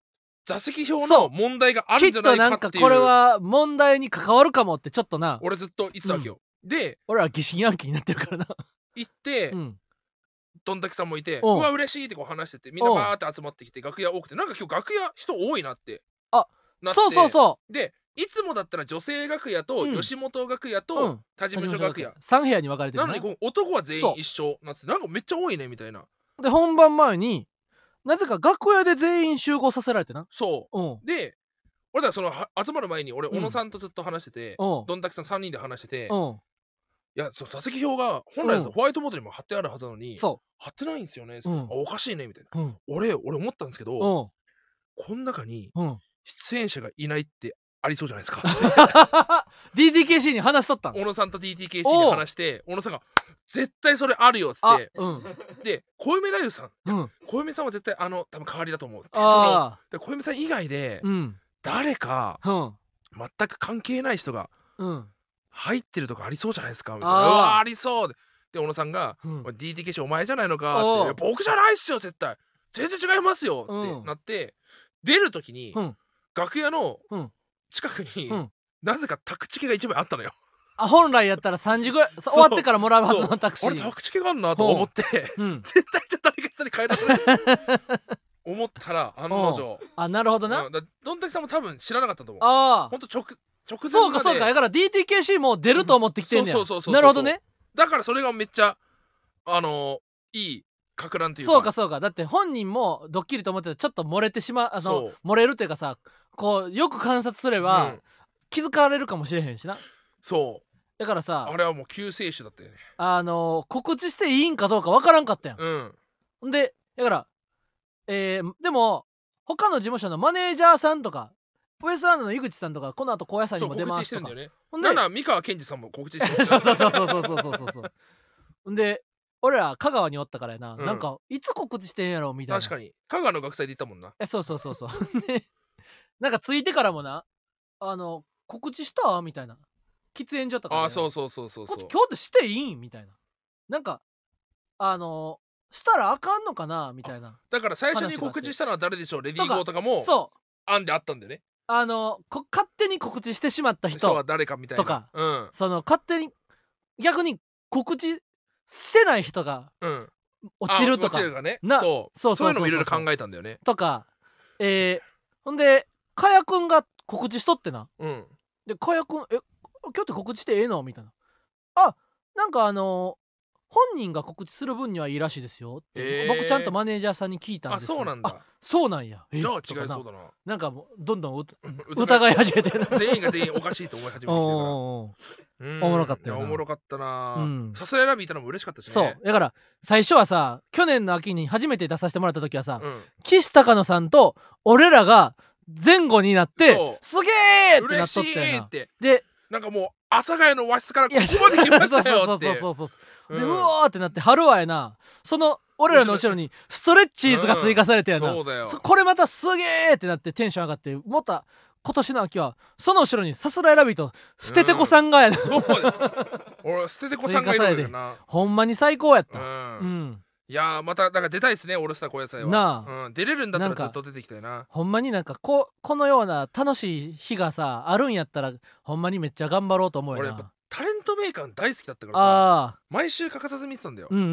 座席表の問題があるんじゃないかっていう。 きっとなんかこれは問題に関わるかもってちょっとな俺ずっと言ってたわけよ、うん、で俺は疑心暗鬼になってるからな行って、うん、どんたくさんもいて、うわ嬉しいってこう話しててみんなバーって集まってきて楽屋多くてなんか今日楽屋人多いなってあなってそうそうそうでいつもだったら女性楽屋と吉本楽屋と他事務所楽屋、うん、 さん部屋に分かれてるなのにこう男は全員一緒なんてなんかめっちゃ多いねみたいなで本番前になぜか楽屋で全員集合させられてなそう、うん、で俺らその集まる前に俺、うん、小野さんとずっと話してて、うん、どんたくさんさんにんで話してて、うん、いやその座席表が本来だとホワイトボードにも貼ってあるはずなのに、うん、貼ってないんですよね、うん、おかしいねみたいな、うん、俺俺思ったんですけど、うん、この中に出演者がいないってありそうじゃないですかディーティーケーシー に話しとったの小野さんと ディーティーケーシー に話して小野さんが絶対それあるよっつって、うん、で小梅太夫さん、うん、小梅さんは絶対あの多分代わりだと思うってそので小梅さん以外で、うん、誰か、うん、全く関係ない人が入ってるとかありそうじゃないですかみたいな、うわありそうでで小野さんが、うん、ディーティーケーシー お前じゃないのかって僕じゃないっすよ絶対全然違いますよってなって、出る時に、うん、楽屋の、うん近くに、うん、なぜか宅チケがいちまいあったのよあ本来やったらさんじぐらい終わってからもらうはずのタクシーあれ宅チケがあるなと思って、うん、絶対じゃ誰か一緒に帰らない思ったら案の定あなるほどな、 うん、だどんたくさんも多分知らなかったと思うあほんと直直前までそうかそうかだから ディーティーケーシー も出ると思ってきてんねや、うん、そうそうそうそうなるほどねだからそれがめっちゃあのー、いいか乱というかそうかそうかだって本人もドッキリと思ってたちょっと漏れてしまうあの漏れるというかさこうよく観察すれば、うん、気づかれるかもしれへんしなそうだからさあれはもう救世主だったよねあのー、告知していいんかどうかわからんかったやんうんでだからえー、でも他の事務所のマネージャーさんとかウエストランドの井口さんとかこの後高野山にも出ますとかそう告知してるんだよねほんでなな三河健二さんも告知してるそうそうそうそうそうそうそうそうほんで俺ら香川におったからやな、うん、なんかいつ告知してんやろみたいな確かに香川の学祭で行ったもんなえそうそうそうそうなんかついてからもなあの告知したみたいな喫煙所とか、ね、 あそうそうそうそうそう今日ってしていいんみたいななんかあのしたらあかんのかなみたいなだから最初に告知したのは誰でしょうレディーゴーとかもそう案であったんだよねあのこ勝手に告知してしまった人そうは誰かみたいなとか、うん、その勝手に逆に告知してない人が落ちるとか、 うんね、なそうそうそうそうそういうのもいろいろ考えたんだよねとかえー、ほんでかやくんが告知しとってな、うん、でかやくんえ今日って告知してええのみたいなあなんかあのー本人が告知する分にはいいらしいですよって、えー、僕ちゃんとマネージャーさんに聞いたんですあそうなんだそうなんやじゃあ違いそうだななんかもうどんどん疑い始めてる全員が全員おかしいと思い始めてきてるからおもろかったよなおもろかったな、うん、さすらいラビーいたのも嬉しかったしねそうだから最初はさ去年の秋に初めて出させてもらった時はさ、うん、岸高野さんと俺らが前後になってすげーってなっとったよなってでなんかもう阿佐ヶ谷の和室からここまで来ましたよってそうそうそうそうそうで、うん、うわーってなって春はやなその俺らの後ろにストレッチーズが追加されてやな、うん、そうだよこれまたすげーってなってテンション上がってまた今年の秋はその後ろにさすらいラビーと捨ててこさんがやな、うん、そうだよ俺捨ててこさんがいるんだよなほんまに最高やった、うんうん、いやーまただから出たいですねオールスター高野菜はなあ、うん、出れるんだったらずっと出てきたいなほんまになんかここのような楽しい日がさあるんやったらほんまにめっちゃ頑張ろうと思うよな俺やっぱタレントメーカー大好きだったからさ毎週欠かさず見てたんだよ、うんうんうん、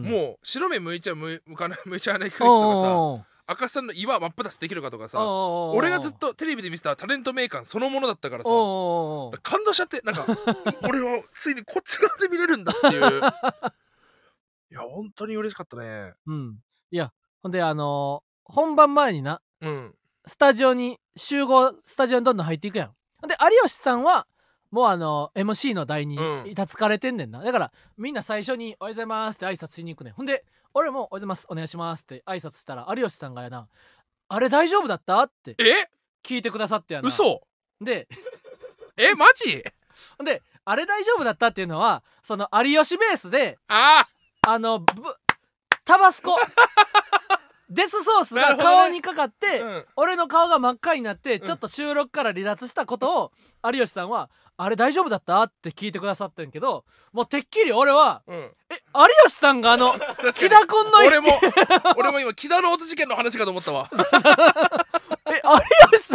もう白目向いちゃう向かない向いちゃわないクイズとかさ赤さんの岩真っ二つできるかとかさ俺がずっとテレビで見てたタレントメーカーそのものだったからさ感動しちゃってなんか俺はついにこっち側で見れるんだっていういや本当に嬉しかったねうんいやほんであのー、本番前にな、うん、スタジオに集合スタジオにどんどん入っていくやんで有吉さんはもうあの エムシー の台に立つかれてんねんな、うん、だからみんな最初におはようございますって挨拶しに行くねんほんで俺もおはようございますお願いしますって挨拶したら有吉さんがやなあれ大丈夫だったって聞いてくださってやな嘘でえマジであれ大丈夫だったっていうのはその有吉ベースでああのタバスコデスソースが顔にかかって、ねうん、俺の顔が真っ赤になってちょっと収録から離脱したことを有吉さんはあれ大丈夫だったって聞いてくださってんけどもうてっきり俺は、うん、え有吉さんがあの木田くんの俺も俺も今木田の音事件の話かと思ったわえ有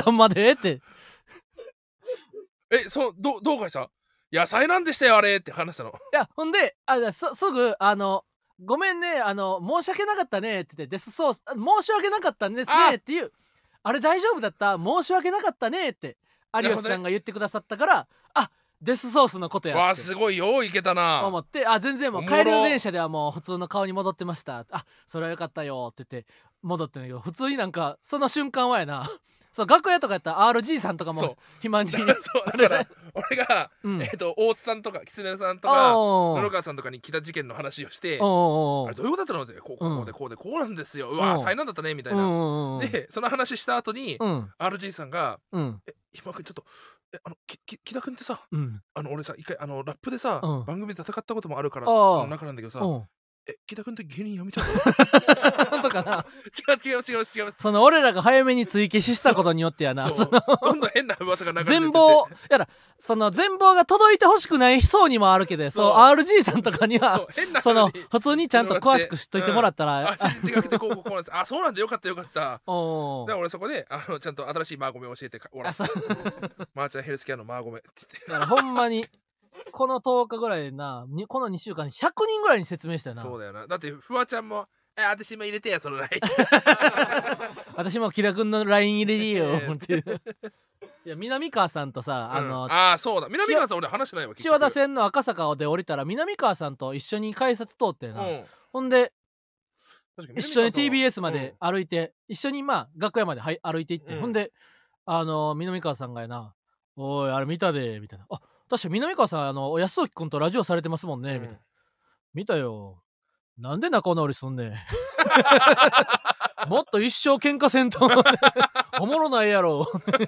間までって。 え、そどどうかした？野菜なんでしたよあれって話したの。いやほんであすすぐあのごめんねあの申し訳なかったねって言ってデスソース申し訳なかったんですねっていう あ, あれ大丈夫だった申し訳なかったねって有吉さんが言ってくださったから、ね、あデスソースのことやってわあすごいよいけたな思ってあ全然もう帰りの電車ではもう普通の顔に戻ってましたあそれはよかったよって言って戻ってんだけど普通になんかその瞬間はやなそう楽屋とかやったら アールジー さんとかも暇にそうだから俺が、うん、えー、と大津さんとか狐さんとか布川さんとかに来た事件の話をしてあれどういうことだったのってこうこうでこうでこうなんですよ、うん、うわ災難だったねみたいなでその話した後に、うん、アールジー さんが「うん、え今君ちょっとえあのきき木田君ってさ、うん、あの俺さ一回あのラップでさ、うん、番組で戦ったこともあるからの中なんだけどさ、うんえ、木田君って芸人辞めちゃうとかな違う違う違う違うその俺らが早めに追消ししたことによってやなそのどんどん変な噂が流れてて全貌やらその全貌が届いてほしくない層にもあるけどそう アールジー さんとかにはその普通にちゃんと詳しく知っといてもらったら、 うん、あ違くてこうこうこうなんですあそうなんだよかったよかったおだから俺そこであのちゃんと新しいマーゴメ教えておらマーちゃんヘルスケアのマーゴメって言ってだからほんまにこのとおかぐらいなこのにしゅうかんにひゃくにんぐらいに説明したよなそうだよなだってフワちゃんもえ私も入れてやそのライン私もキラ君の ライン 入れてよっていういや南川さんとさ、うん、あのああそうだ南川さん俺話してないわ千和田線の赤坂で降りたら南川さんと一緒に改札通ってな、うん、ほんで一緒に ティービーエス まで歩いて、うん、一緒にまあ楽屋まではい歩いていって、うん、ほんであの南川さんがやなおいあれ見たでみたいなあ確か南川さんあの安沖君とラジオされてますもんね、うん、みたいな見たよなんで仲直りすんねんもっと一生喧嘩せんとおもろないやろ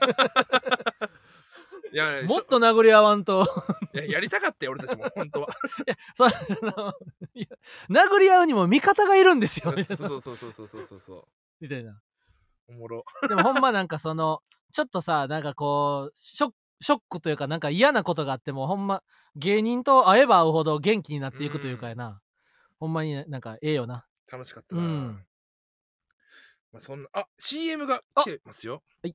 いやもっと殴り合わんといややりたかったよ俺たちも本当はいやそいや殴り合うにも味方がいるんですよそうそうそうそうそうそうそうみたいなおもろでもほんまなんかそのちょっとさなんかこうショックショックというかなんか嫌なことがあってもほんま芸人と会えば会うほど元気になっていくというかやな、うん、ほんまになんかええよな楽しかったな、うんまあ、そんなあ シーエム が来てますよはい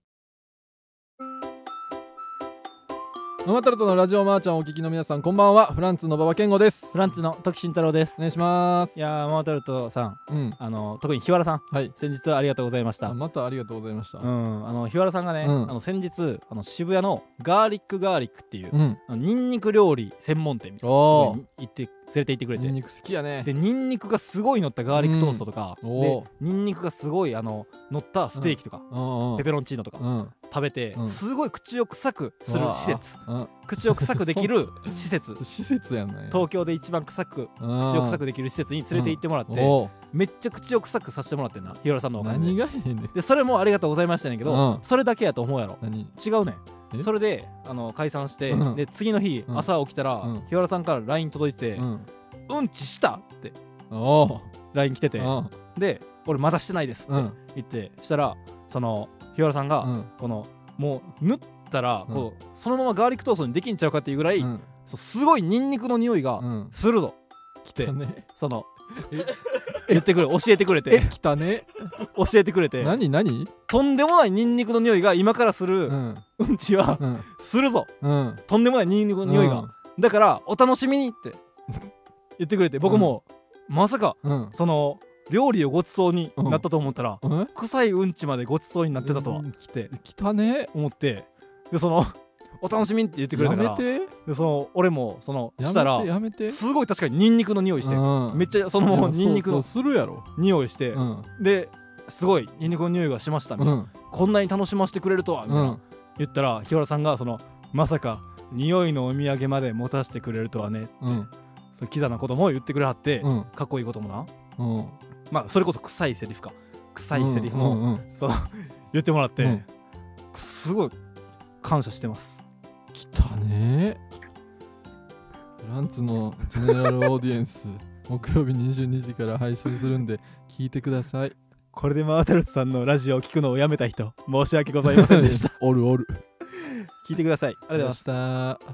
ママタルトのラジオマーちゃんお聞きの皆さんこんばんはフランツの馬場健吾ですフランツの時慎太郎ですお願いしますいやーママタルトさん、うん、あの特に日原さん、はい、先日はありがとうございましたまたありがとうございましたうんあの日原さんがね、うん、あの先日あの渋谷のガーリックガーリックっていう、うん、あのニンニク料理専門店みたいなとこに行って連れて行ってくれてニンニク好きやねでニンニクがすごい乗ったガーリックトーストとか、うん、でニンニクがすごいあの乗ったステーキとか、うん、ペペロンチーノとか、うん食べて、うん、すごい口を臭くする施設、うん、口を臭くできる施設施設やね東京で一番臭く口を臭くできる施設に連れて行ってもらって、うん、めっちゃ口を臭くさせてもらってんな日原さんのおかげで何がいいねでそれもありがとうございましたねんけど、うん、それだけやと思うやろ何違うねんそれであの解散して、うん、で次の日、うん、朝起きたら、うん、日原さんから ライン 届いてて、うん、うんちしたってライン 来ててで俺まだしてないですって言って、したらその日原さんが、うん、このもう塗ったらこう、うん、そのままガーリックトーストにできんちゃうかっていうぐらい、うん、そうすごいニンニクの匂いがするぞ、うん、来て、ね、その言ってくれ教えてくれてえ来たね教えてくれて何何とんでもないニンニクの匂いが今からする、うん、うんちは、うん、するぞ、うん、とんでもないニンニクの匂いが、うん、だからお楽しみにって言ってくれて僕も、うん、まさか、うん、その料理をごちそうになったと思ったら、うん、臭いうんちまでごちそうになってたとは来て来たね思ってでそのお楽しみって言ってくれたからやめてでその俺もそのしたらやめてすごい確かにニンニクの匂いして、うん、めっちゃそのニンニクのするやろ匂いして、うん、ですごいニンニクの匂いがしましたみたいな、うん、こんなに楽しませてくれるとはみたいな、うん、言ったら日原さんがそのまさか匂いのお土産まで持たせてくれるとはねって、うん、そうキザなことも言ってくれはって、うん、かっこいいこともな、うんまあそれこそ臭いセリフか臭いセリフも、うんうんうん、その言ってもらって、うん、すごい感謝してます来たねフランツのジェネラルオーディエンス木曜日にじゅうにじから配信するんで聞いてくださいこれでマータルトさんのラジオを聞くのをやめた人申し訳ございませんでしたおるおる聞いてくださいありがとうございました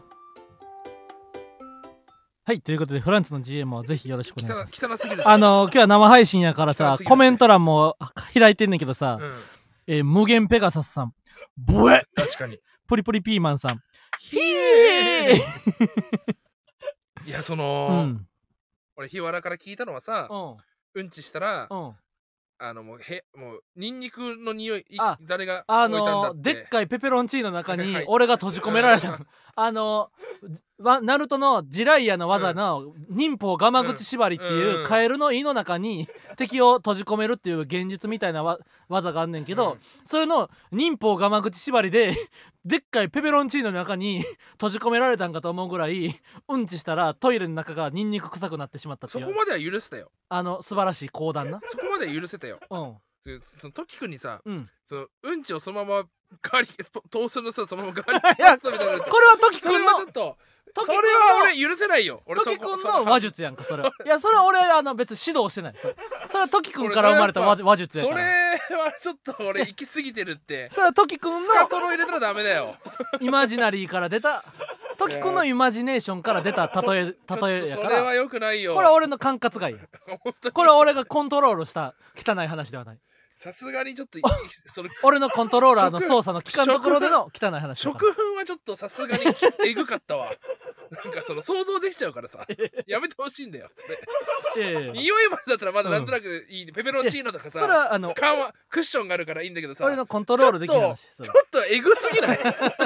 はいということでフランツの ジーエム をぜひよろしくお願いします汚すぎるあの今日は生配信やからさコメント欄も開いてんねんけどさ、うん、 えー、無限ペガサスさん、ボエ確かに。 プリプリピーマンさん、 ひえーいや、その、 うん、 俺、日原から聞いたのはさ、 うん、 うんちしたら、 うん、 あの、もう、へ、もう、ニンニクの匂い、 あ誰があ置いたんだのー、 って。 でっかいペペロンチーノの中にはい俺が閉じ込められた、あのー、わナルトのジライアの技の忍法ガマ口縛りっていうカエルの胃の中に敵を閉じ込めるっていう現実みたいなわ技があんねんけど、 うんそれの忍法ガマ口縛りででっかいペペロンチーノの中に閉じ込められたんかと思うぐらいうんちしたらトイレの中がニンニク臭くなってしまったっていう、 そこまでは許せたよ。 あの素晴らしい講談な。 そこまでは許せたよ。 うんでそのトキ君にさ、 うんそのうんちをそのままガーリックトーストのさそのままガーリックパスタみたいなのこれはトキそれ君のはちょっとそれは俺許せないよ。俺トキそこ君の話術やんかそれは。いやそれは俺あの別に指導してない。それそれはトキ君から生まれた話話術やから。 それはちょっと俺行き過ぎてるってそれはトキ君スカのトロ入れたらダメだよ。 イマジナリーから出たトキ君のイマジネーションから出た例え例えやちょっとそかられは良くないよ。 これは俺の管轄外や。 本当にこれは俺がコントロールした汚い話ではない。 さすがにちょっとそれ俺のコントローラーの操作の効かんところでの汚い話だから。 食粉はちょっとさすがにえぐかったわ。なんかその想像できちゃうからさやめてほしいんだよそれ。 いやいやいや匂いまでだったらまだなんとなくいい、ペペロンチーノとかさそれはあの緩和クッションがあるからいいんだけどさ俺のコントロールできる話。それちょっとえぐすぎない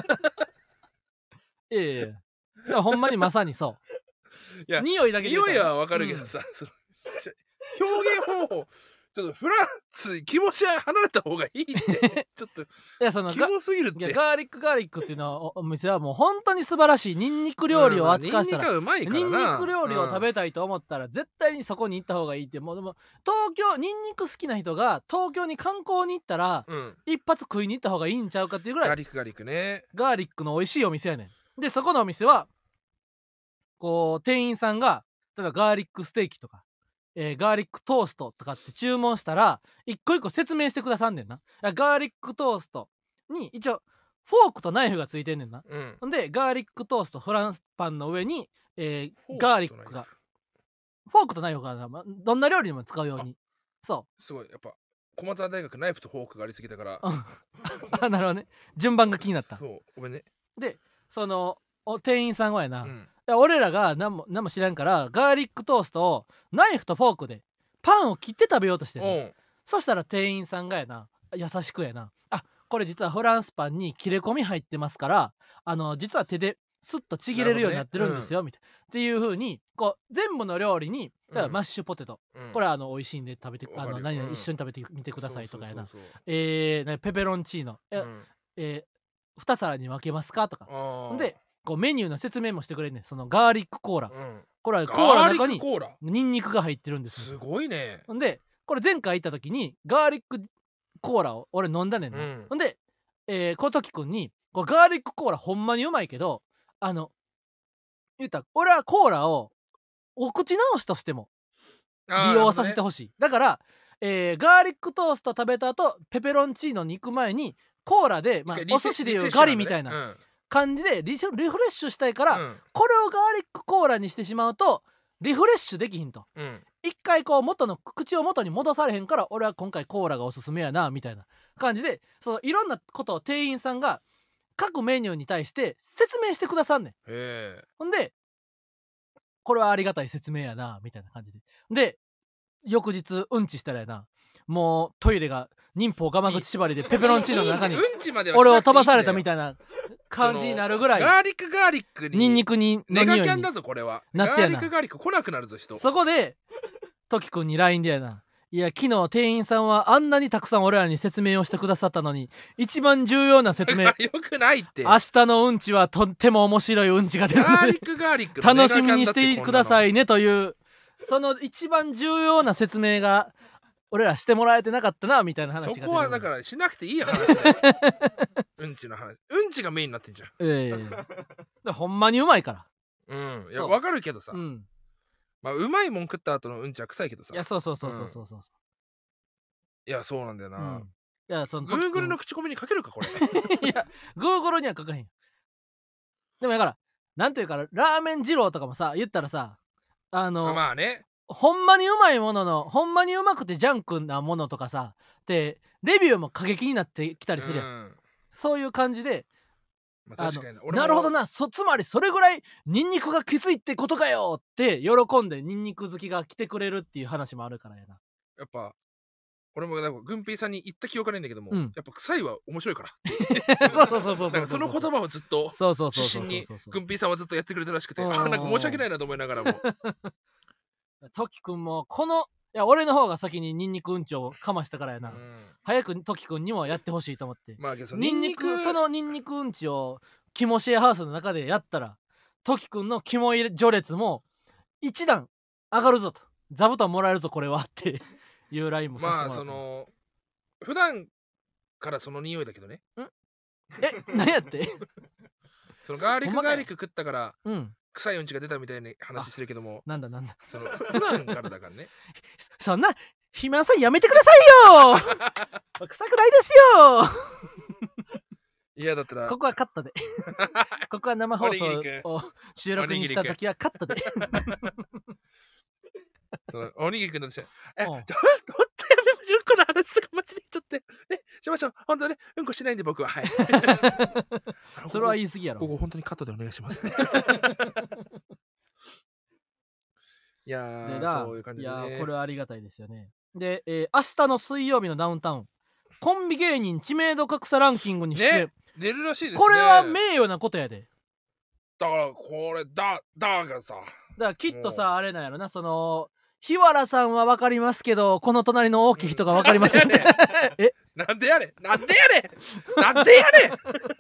いやいやいや。だからほんまにまさにそういや匂いだけで言うたら匂いはわかるけどさ、そのちょ表現方法ちょっとフランス気持ちは離れた方がいいってちょっといやそのキモすぎるって。 いやガーリックガーリックっていうのはおお店はもう本当に素晴らしいニンニク料理を扱わせたら、 ニンニクはうまいからな。 ニンニク料理を食べべたいと思ったら絶対にそこに行った方がいいって。もうでも東京ニンニク好きな人が東京に観光に行ったらうん一発食いに行った方がいいんちゃうかっていうぐらいガーリックガーリックね。 ガーリックの美味しいお店やねん。でそこのお店はこう店員さんが例えばガーリックステーキとか、えーガーリックトーストとかって注文したら一個一個説明してくださんねんな。いやガーリックトーストに一応フォークとナイフがついてんねんな。 うん。 ほんでガーリックトーストフランスパンの上に、えーフォークとガーリックがフォークとナイフがな、まどんな料理にも使うように。そすごいやっぱ駒澤大学ナイフとフォークがありすぎたから。 う。うんあなるほどね。順番が気になった。 そうごめんね。 でそのお店員さんはやな、 うん。 いや俺らが何も何も知らんからガーリックトーストをナイフとフォークでパンを切って食べようとしてるの。 うん。 そしたら店員さんがやな優しくやな、あこれ実はフランスパンに切れ込み入ってますからあの実は手でスッとちぎれるようになってるんですよ、みたいなっていう風にこう全部の料理に例えばうんマッシュポテト、 うんこれはあの美味しいんで食べてあわかるようんの何々一緒に食べてみてくださいとかやな、 そうそうそうえーなペペロンチーノ、えそううんえー、に皿に分けますかとかあーでこうメニューの説明もしてくれんねん。そのガーリックコーラ、 うんこれはコーラガーリッの中にクコーラニンニクが入ってるんですすごいね。 ほんでこれ前回行った時にガーリックコーラを俺飲んだねんな、 うんほんで、えー、小時くんにこれガーリックコーラほんまにうまいけどあの言ったら俺はコーラをお口直しとしても利用させてほしい、だから、えーガーリックトースト食べた後ペペロンチーノに行く前にコーラで、まあ、お寿司でいうガリみたいなうん感じでリセリフレッシュしたいから、 うんこれをガーリックコーラにしてしまうとリフレッシュできひんとうん一回こう元の口を元に戻されへんから俺は今回コーラがおすすめやなみたいな感じでそのいろんなことを店員さんが各メニューに対して説明してくださんねん。 へえほんでこれはありがたい説明やなみたいな感じでで翌日うんちしたらやなもうトイレが忍法ガマ口縛りでペペロンチーノの中にうんちまでは俺を飛ばされたみいたいな感じになるぐらいガーリックガーリックにニンニクにネガキャンの匂いにだぞこれは。 なってやなガーリックガーリック来なくなるぞ人。 そこでトキ君に ライン でやないや昨日店員さんはあんなにたくさん俺らに説明をしてくださったのに一番重要な説明よくないって。 明日のうんちはとっても面白いうんちが出るのでガーリックガーリックのネガキャンだって楽しみにしてください。 いねというその一番重要な説明が俺らしてもらえてなかったなみたいな話が出る。 そこはだからしなくていい話だよ。うんちの話。うんちがメインになってんじゃん。 ええほんまにうまいからうん。いやそうわかるけどさう。んまあうまいもん食った後のうんちは臭いけどさ。 いやそうそうそうそうそうそういやそうなんだよう、う。 なんいやそのグーグルのト口コミにかけるかこれ。 キ君いやグーグルには書かへんよでもだからなんていうからラーメン二郎とかもさ言ったらさあの、 まあね。 ほんまにうまいもののほんまにうまくてジャンクなものとかさでレビューも過激になってきたりするやん、うん、そういう感じで、 まあ、確かにな、 なるほどな、そつまりそれぐらいニンニクがきついってことかよって喜んでニンニク好きが来てくれるっていう話もあるからやな。 やっぱ俺もなんかグンピーさんに言った記憶ないんだけども、うん、やっぱ臭いは面白いからそうそうそうそうそう、 その言葉をずっと自信にグンピーさんはずっとやってくれたらしくて、あなんか申し訳ないなと思いながらもトキくんもこのいや俺の方が先にニンニクうんちをかましたからやな、うん、早くトキくんにもやってほしいと思って、 まあ、そニンニクそのニンニクうんちをキモシェアハウスの中でやったらトキくんのキモい序列も一段上がるぞと、座布団もらえるぞこれはっていうラインもさせてもらった。 まあその普段からその匂いだけどね。 んえ何やってそのガーリックガーリック食ったから、うん、臭いうんちが出たみたいな話してるけども、 なんだなんだその普段からだからねそんな肥満さんやめてくださいよ臭くないですよいやだったらここはカットでここは生放送を収録にした時はカットでそのおにぎりくんだとしてえどうってやめましょうこの話とかマジでちょっとねしましょう本当ねうんこしないんで僕ははいそれは言い過ぎやろ。 ここ本当にカットでお願いしますねいやーそういう感じでね。 いやこれはありがたいですよね。で、えー、明日の水曜日のダウンタウンコンビ芸人知名度格差ランキングにして、 ね、出るらしいですね。 これは名誉なことやで。 だからこれだだがさだからきっとさあれなんやろな、その日原さんは分かりますけどこの隣の大きい人が分かりませんね、 うん、えなんでやねんなんでやねんなんでやねんい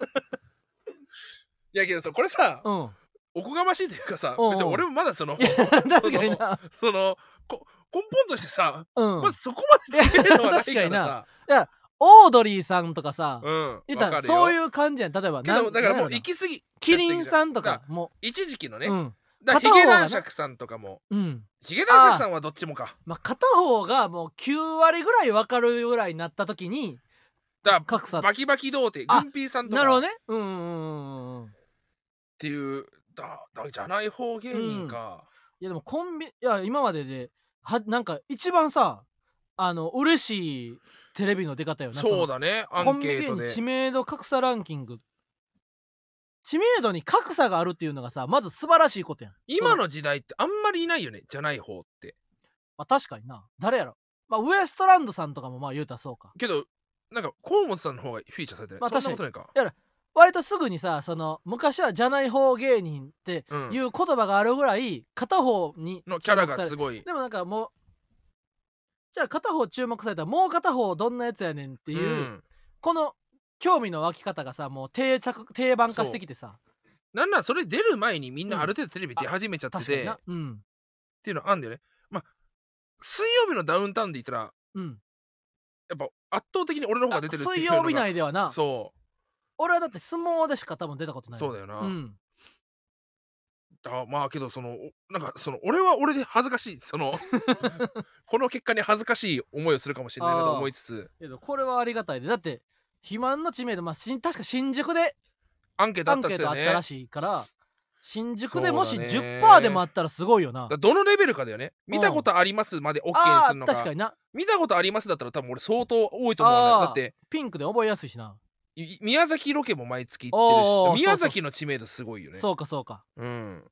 やけどさこれさ、うん、おこがましいというかさ、うんうん、別に俺もまだその確かになそのこ根本としてさ、うん、まずそこまで違うのはないからさいやオードリーさんとかさ、 うん、 言ったらそういう感じやん。例えばけどだからもう行き過ぎキリンさんとかも一時期のね、うん、だヒゲ男爵さんとかも、うん、ヒゲ男爵さんはどっちもか、 まあ、片方がもうきゅう割ぐらい分かるぐらいになった時にだ格差バキバキ童貞グンピーさんとかなるほどねうんうんうんうんっていうだだじゃない方芸人か、 うん、いやでもコンビいや今までではなんか一番さあの嬉しいテレビの出方よな。 そうだねアンケートで知名度格差ランキング知名度に格差があるっていうのがさまず素晴らしいことやん。 今の時代ってあんまりいないよねじゃない方って。 まあ確かにな誰やろ、まあ、ウエストランドさんとかもまあ言うたらそうかけどなんか河本さんの方がフィーチャーされてない、まあ、そんなことないか。 いや割とすぐにさその昔はじゃない方芸人っていう言葉があるぐらい片方にのキャラがすごい。 でもなんかもうじゃあ片方注目されたらもう片方どんなやつやねんっていう、うん、この興味の湧き方がさもう定着定番化してきてさなんなんそれ出る前にみんなある程度テレビ出始めちゃってて、 うん、 っていうのあんだよね。まあ水曜日のダウンタウンで言ったら、うん、やっぱ圧倒的に俺の方が出てるっていうのが水曜日内ではなそう俺はだって相撲でしか多分出たことない。 そうだよな、 うん、 あまあけどそのなんかその俺は俺で恥ずかしいそのこの結果に恥ずかしい思いをするかもしれないなと思いつつけどこれはありがたいでだって肥満の知名度、まあ、し確か新宿でアンケートあったんですよね。 アンケートあったらしいから新宿でもし じゅっパーセント でもあったらすごいよな。 どのレベルかだよね。見たことありますまで OK にするのか。 確かにな。 見たことありますだったら多分俺相当多いと思うんだよ。だってピンクで覚えやすいしな。 宮崎ロケも毎月行ってるし宮崎の知名度すごいよね。 そうかそうか。 うん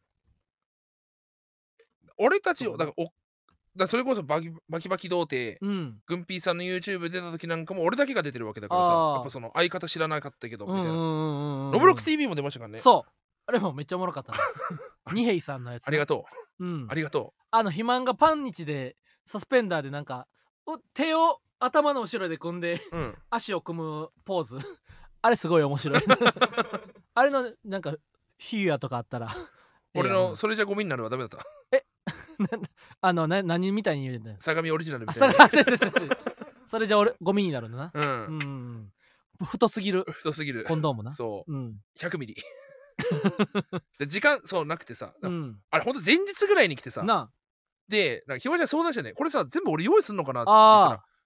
俺たちをだからおだそれこそバキバキバキ童貞、うん、グンピーさんの YouTube 出た時なんかも俺だけが出てるわけだからさやっぱその相方知らなかったけどみたいなノブロック ティーブイ も出ましたからね。 そうあれもめっちゃおもろかったな二平さんのやつ、ね、 ありがとう、うん、 ありがとう。 あの肥満がパン日でサスペンダーでなんか手を頭の後ろで組んで、うん、足を組むポーズあれすごい面白いあれのなんかフィギュアとかあったら俺のそれじゃゴミになるはダメだった。 えあのな何みたいに言うんだよ。 相模オリジナルみたいな。 あそうそうそうそうそれじゃ俺ゴミになるんだな。 うん、うんうん太すぎる太すぎるコンドームな。 そう、 うん、 ひゃくミリで時間そうなくてさ、うん、あれほんと前日ぐらいに来てさなでなんかひまちゃん相談してねこれさ全部俺用意すんのかなって言ったら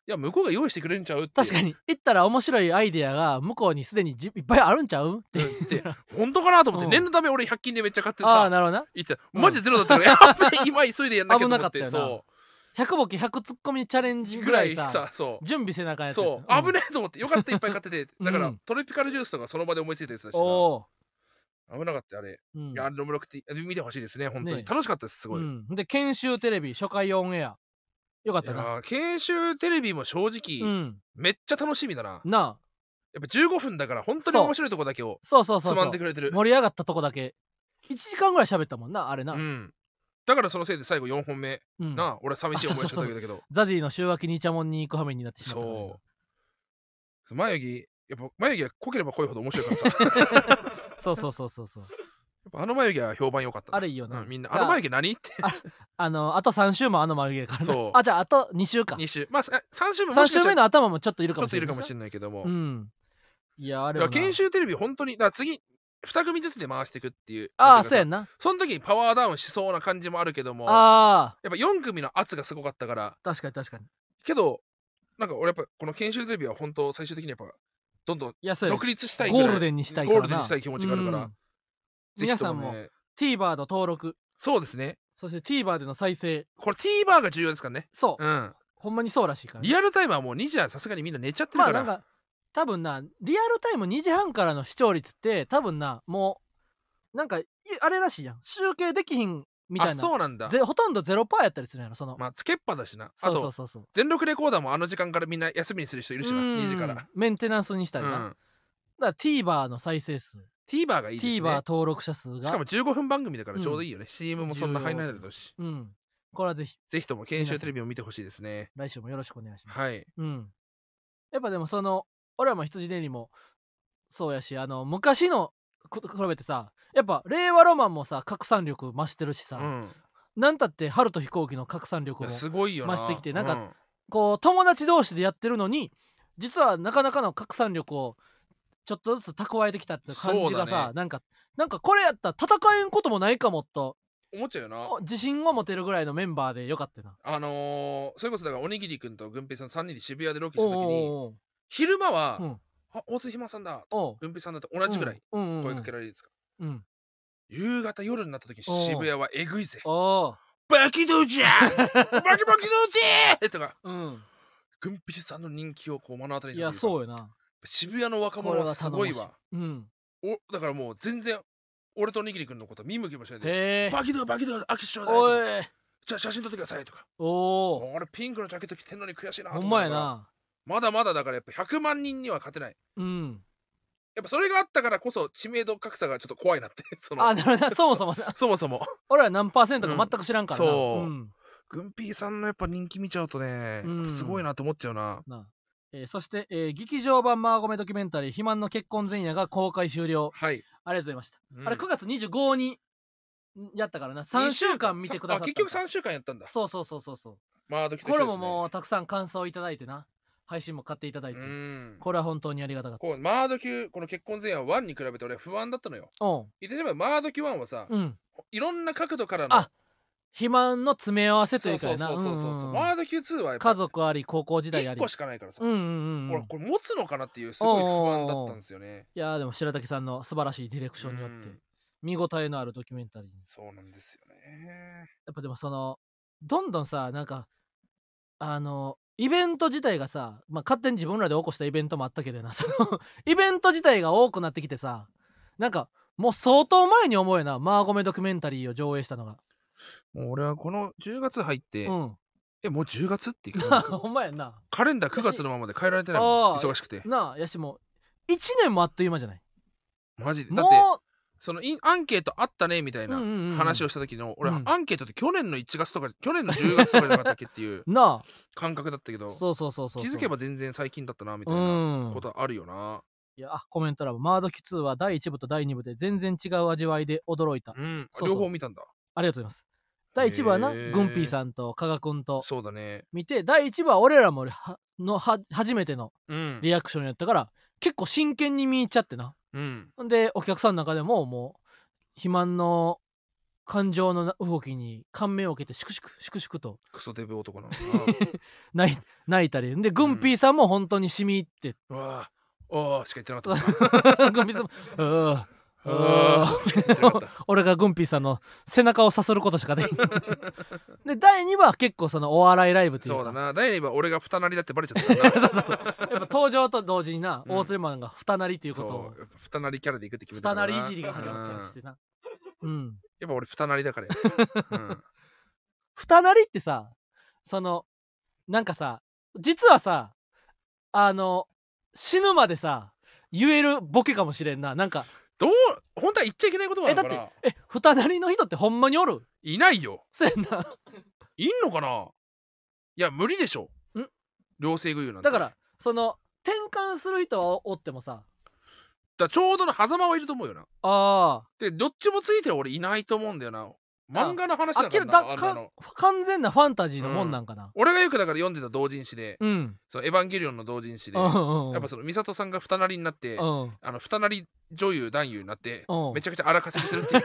や向こうが用意してくれるんちゃうって確かに行ったら面白いアイデアが向こうにすでにじいっぱいあるんちゃうって言って本当かなと思って、 うん念のため俺ひゃっ均でめっちゃ買ってあさあなるほどな行ってうんマジゼロだったからやっぱり今急いでやんなきゃと思って危なかったよなそひゃくボケひゃくツッコミチャレンジうぐらいぐらいささそう準備せなあかんやつそうやった危ねえと思ってよかったいっぱい買っててだから、 うんトロピカルジュースとかその場で思いついたやつだしうんおさ危なかったよあれ、 ーうんいやあれ飲むろくって見てほしいですね本当に、 ね楽しかったですすごい、 うんで研修テレビ初回オンエアよかっいやたなー研修テレビも正直、 うんめっちゃ楽しみだななあやっぱじゅうごふんだから本当に面白いとこだけをそうそうそうつそうまんでくれてる盛り上がったとこだけいちじかんぐらい喋ったもんなあれな、 うんだからそのせいで最後よんほんめ、 うんなあ俺は寂しい思いしちゃったわけだけどザジーの週明けにイチャモンに行く羽目になってしまったからそう眉毛やっぱ眉毛が濃ければ濃いほど面白いからさそうそうそうそうそうやっぱあの眉毛は評判良かったなあれいいよな、 うんみんなあの眉毛何ってあのあとさん週もあの眉毛からなそうあじゃああとに週かに週まあさん週もさんもしかしたら週目の頭もちょっといるちょっといかもしれないるかもしれないけども、 うんいやあいやれもな研修テレビ本当にだから次に組ずつで回していくっていうああなんていうかさそうやんなその時にパワーダウンしそうな感じもあるけどもああやっぱよん組の圧がすごかったから確かに確かにけどなんか俺やっぱこの研修テレビは本当最終的にやっぱどんどんいやそうや独立したいぐらいゴールデンにしたいからなゴールデンにしたい気持ちがあるから、 うんぜひ皆さんもともね TVer の登録そうですねそして TVer での再生これ TVer が重要ですからねそう、 うんほんまにそうらしいからね、 リアルタイムはもうにじはさすがにみんな寝ちゃってるから、 まあなんか多分なリアルタイムにじはんからの視聴率って多分なもうなんかいあれらしいやん集計できひんみたいあなそうなんだぜほとんど ゼロパーセント やったりするんやろその、 まあつけっぱだしなあそうそとうそうそう全力レコーダーもあの時間からみんな休みにする人いるしなうんにじからメンテナンスにしたりな、だかうんら TVer の再生数 TVer がいいですね TVer 登録者数がしかもじゅうごふん番組だからちょうどいいよね、シーエム もそんな入らないだろうしうんこれはぜひぜひとも研修テレビを見てほしいですね来週もよろしくお願いします、 はいうんやっぱでもその俺らも羊ねりもそうやしあの昔のく比べてさやっぱ令和ロマンもさ拡散力増してるしさ、 うんなんたって春と飛行機の拡散力いやもすごいよな増してきてなんかうんこう友達同士でやってるのに実はなかなかの拡散力をちょっとずつ蓄えてきたって感じがさ、 そうだねなんかなんかこれやったら戦えんこともないかもと思っちゃうよなお自信を持てるぐらいのメンバーでよかったな。 あのー、それこそだからおにぎりくんと軍平さんさんにんで渋谷でロケした時におう昼間はおうおうあ大津ひまさんだおう軍平さんだと同じぐらいうんうんうん声かけられるんですかうん夕方夜になった時おう渋谷はえぐいぜおうバキドーじゃんバキバキドーてーとかうん軍平さんの人気をこう目の当たりいやにしたそうよな渋谷の若者はすごいわうんおだからもう全然俺とおにぎりくんのこと見向きもしないでへえバキドーバキドー握手しようだおよいじゃあ写真撮ってくださいとかおお俺ピンクのジャケット着てんのに悔しいなとほん思いながらまやなまだまだだからやっぱひゃくまん人には勝てないうんやっぱそれがあったからこそ知名度格差がちょっと怖いなってそのあなるほどなそもそもなそもそも俺ら何パーセントか全く知らんからな、 うんそうんグンピーさんのやっぱ人気見ちゃうとね、 うんすごいなと思っちゃうななあえーそして、えー劇場版マーゴメドキュメンタリー「肥満の結婚前夜」が公開終了はい、 ありがとうございました、 うんあれくがつにじゅうごにちやったからなさんしゅうかん見てくださったあ結局さんしゅうかんやったんだそうそうそうそうそうまあドキドキこれですねももうたくさん感想いただいてな配信も買っていただいて、 うんこれは本当にありがたかったこうマード級この結婚前夜ワンに比べて俺不安だったのよお言ってしまえばマード級ワンはさ、 ううんいろんな角度からのあ肥満の詰め合わせとそそういううかやなそうそうそううんうんうんマード級ツーはやっぱ家族あり高校時代あ 1 り個しかないからさ、 うんうんうんうん俺これ持つのかなっていうすごい不安だったんですよねいやーでも白滝さんの素晴らしいディレクションによってうん見応えのあるドキュメンタリーにそうなんですよねやっぱでもそのどんどんさなんかあのイベント自体がさ、まあ、勝手に自分らで起こしたイベントもあったけどなそのイベント自体が多くなってきてさなんかもう相当前に思うよなマーゴメドキュメンタリーを上映したのがもう俺はこのじゅうがつ入って、 うんえもうじゅうがつっていうほんまやんなカレンダーくがつのままで変えられてないもんあー忙しくてなあやしもういちねんもあっという間じゃないマジでだってもそのインアンケートあったねみたいなうんうんうん話をした時の俺、 うんアンケートって去年のいちがつとか去年のじゅうがつとかじゃなかったっけっていううな感覚だったけどあそうそうそうそう気づけば全然最近だったなみたいうんなことあるよないやあコメント欄マードキツーはだいいち部とだいに部で全然違う味わいで驚いたうんそうそう両方見たんだありがとうございますだいいち部はなへーグンピーさんと加賀くんとそうだね見てだいいち部は俺らもはのは初めてのうんリアクションやったから結構真剣に見入っちゃってなうんでお客さんの中でももう肥満の感情の動きに感銘を受けてシクシクシクシクとクソデブ男なの泣い泣いたりで、グンピーさんも本当にしみ入って、 うわああしか言ってなかったグンピーさんもうわ俺がグンピーさんの背中をさすることしかできないでだいには結構そのお笑いライブっていうか、 そうだな、だいには俺が二なりだってバレちゃったからなそうそうそうやっぱ登場と同時にな、うん、大鶴マンが二なりっていうことをそう二なりキャラでいくって決めたからな、 二なりいじりが始まったりしてな、うん、 やっぱ俺二なりだからや、うん、 二なりってさ、そのなんかさ、実はさ、あの死ぬまでさ言えるボケかもしれんな。なんかどう本当は言っちゃいけないことなのかな。 えだってえ二なりの人ってほんまにおる？ いないよ。 そうやんな。 いんのかな。いや無理でしょ。ん両性具有なんて。 だからその転換する人はおってもさ、 だちょうどの狭間はいると思うよな。 ああ。 でどっちもついてる俺いないと思うんだよな。漫画の話だからな。 だか完全なファンタジーのもんなんかな、うん、 俺がよくだから読んでた同人誌で、 うん、 そのエヴァンゲリオンの同人誌で、うんうんうん、やっぱその美里さんが二なりになって、うん、あの二なり女優男優になって、うん、めちゃくちゃ荒稼ぎするっていう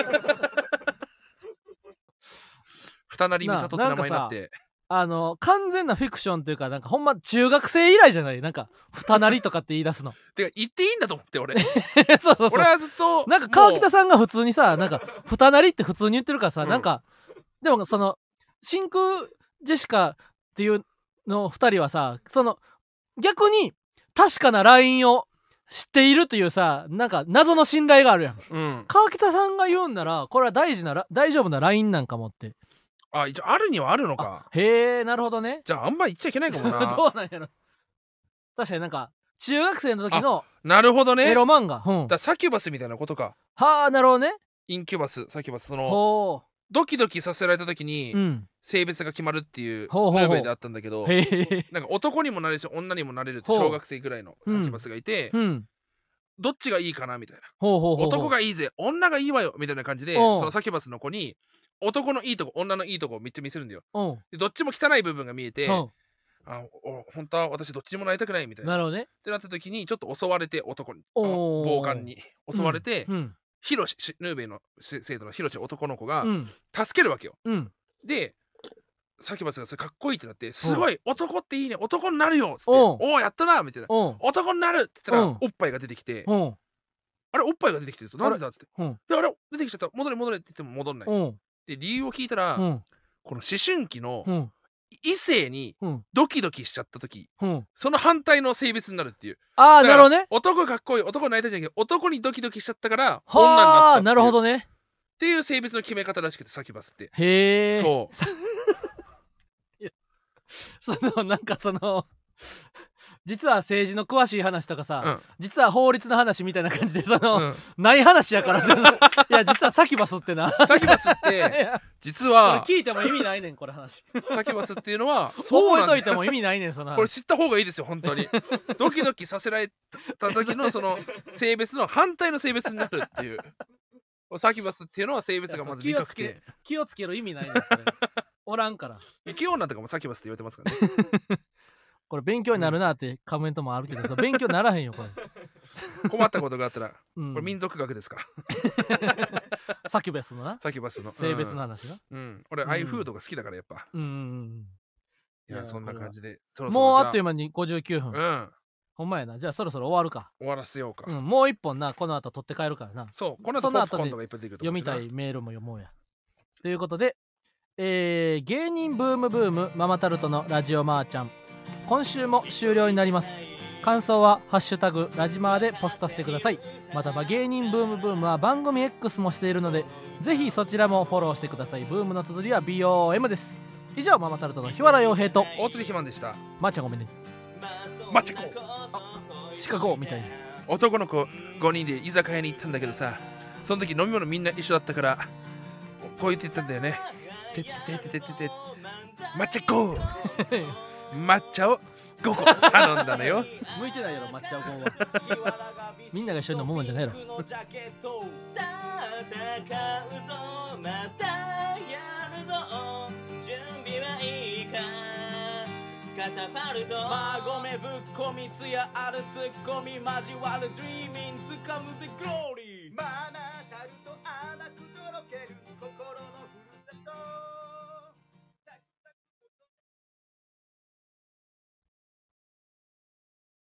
二なり美里って名前になってあの完全なフィクションというか、なんかほんま中学生以来じゃない、なんか二なりとかって言い出すのてか言っていいんだと思って俺そうそうそう、 俺はずっとなんか川北さんが普通にさ、なんか二なりって普通に言ってるからさ、うん、なんかでもその真空ジェシカっていうの二人はさ、その逆に確かなラインを知っているというさ、なんか謎の信頼があるやん、うん、川北さんが言うんならこれは大事な大丈夫なラインなんかもって。 あ、一応あるにはあるのか。 へえ、なるほどね。 じゃああんま言っちゃいけないかもなどうなんやろ。確かになんか中学生の時のなるほどねエロ漫画、うん、 だサキュバスみたいなことか。 はあ、なるほどね。 インキュバスサキュバス、そのドキドキさせられた時に、うん、性別が決まるっていうムーブであったんだけど、なんか男にもなれるし女にもなれるって小学生ぐらいのサキュバスがいて、うんうん、どっちがいいかなみたいな、ほうほうほうほう、男がいいぜ女がいいわよみたいな感じで、そのサキュバスの子に男のいいとこ女のいいとこをめっちゃ見せるんだよ。でどっちも汚い部分が見えて、あ本当は私どっちにもなりたくないみたいな。 なるほどね。 ってなった時にちょっと襲われて、男に暴漢に襲われて、うんうん、ヒロシヌーベイの生徒のヒロシ男の子が助けるわけよ。うん、でサキュバスがそれかっこいいってなって、すごい男っていいね男になるよっつって、おおやったなみたいな、男になるって言ったらおっぱいが出てきて、あれおっぱいが出てきてるぞなんでだっつって、であれ出てきちゃった戻れ戻れって言っても戻んない。で理由を聞いたら、うん、この思春期の異性にドキドキしちゃった時、うん、その反対の性別になるっていう。 ああなるほどね。 男かっこいい男になりたいじゃなくて男にドキドキしちゃったから女になったっていう。 なるほどね。 っていう性別の決め方らしくてサキュバスって。 へえ。 そうそのなんかその実は政治の詳しい話とかさ、うん、実は法律の話みたいな感じでその、うん、ない話やからいや実はサキュバスってなサキュバスって実は聞いても意味ないねんこれ話。 サキュバスっていうのはそう覚えといても意味ないねんその話。 これ知った方がいいですよ本当に。ドキドキさせられた時のその性別の反対の性別になるっていう。サキュバスっていうのは性別がまず短くて気をつける意味ないねんそれ。おらんから。 キヨンなんとかもサキュバスって言われてますからね。 これ勉強になるなってカメントもあるけどさ、勉強にならへんよこれ。 困ったことがあったら、うん、これ民族学ですから。 サキュバスのな。 サキュバスの性別の話な。 うん、うん、俺、うん、アイフードが好きだからやっぱ。うんうんうん。いやそんな感じでそろそろもうあっという間にごじゅうきゅうふん。 うん。 ほんまやな。じゃあそろそろ終わるか。 終わらせようか。 うん、もう一本なこの後取って帰るからな。 そう。この後ポップコーンとかいっぱい出てくると読みたいメールも読もうや。ということで、えー、芸人ブームブームママタルトのラジオマーちゃん。今週も終了になります。感想はハッシュタグラジマーでポストしてください。また芸人ブームブームは番組 X もしているのでぜひそちらもフォローしてください。ブームの綴りは ビーオーエム です。以上ママタルトの日原洋平と大鶴ひまんでした。 まーちゃんごめんね。 まっちゃこシカゴみたいな。 男の子ごにんで居酒屋に行ったんだけどさ、その時飲み物みんな一緒だったからこう言って言ったんだよね。てってててててて抹茶こ抹茶をごこ頼んだのよ。 向いてないやろ抹茶をごは。みんなが一緒に飲むもんじゃないの。カタパルトマーゴメぶっこみつやあるツッコミ交わるドリーミンつかむぜグロー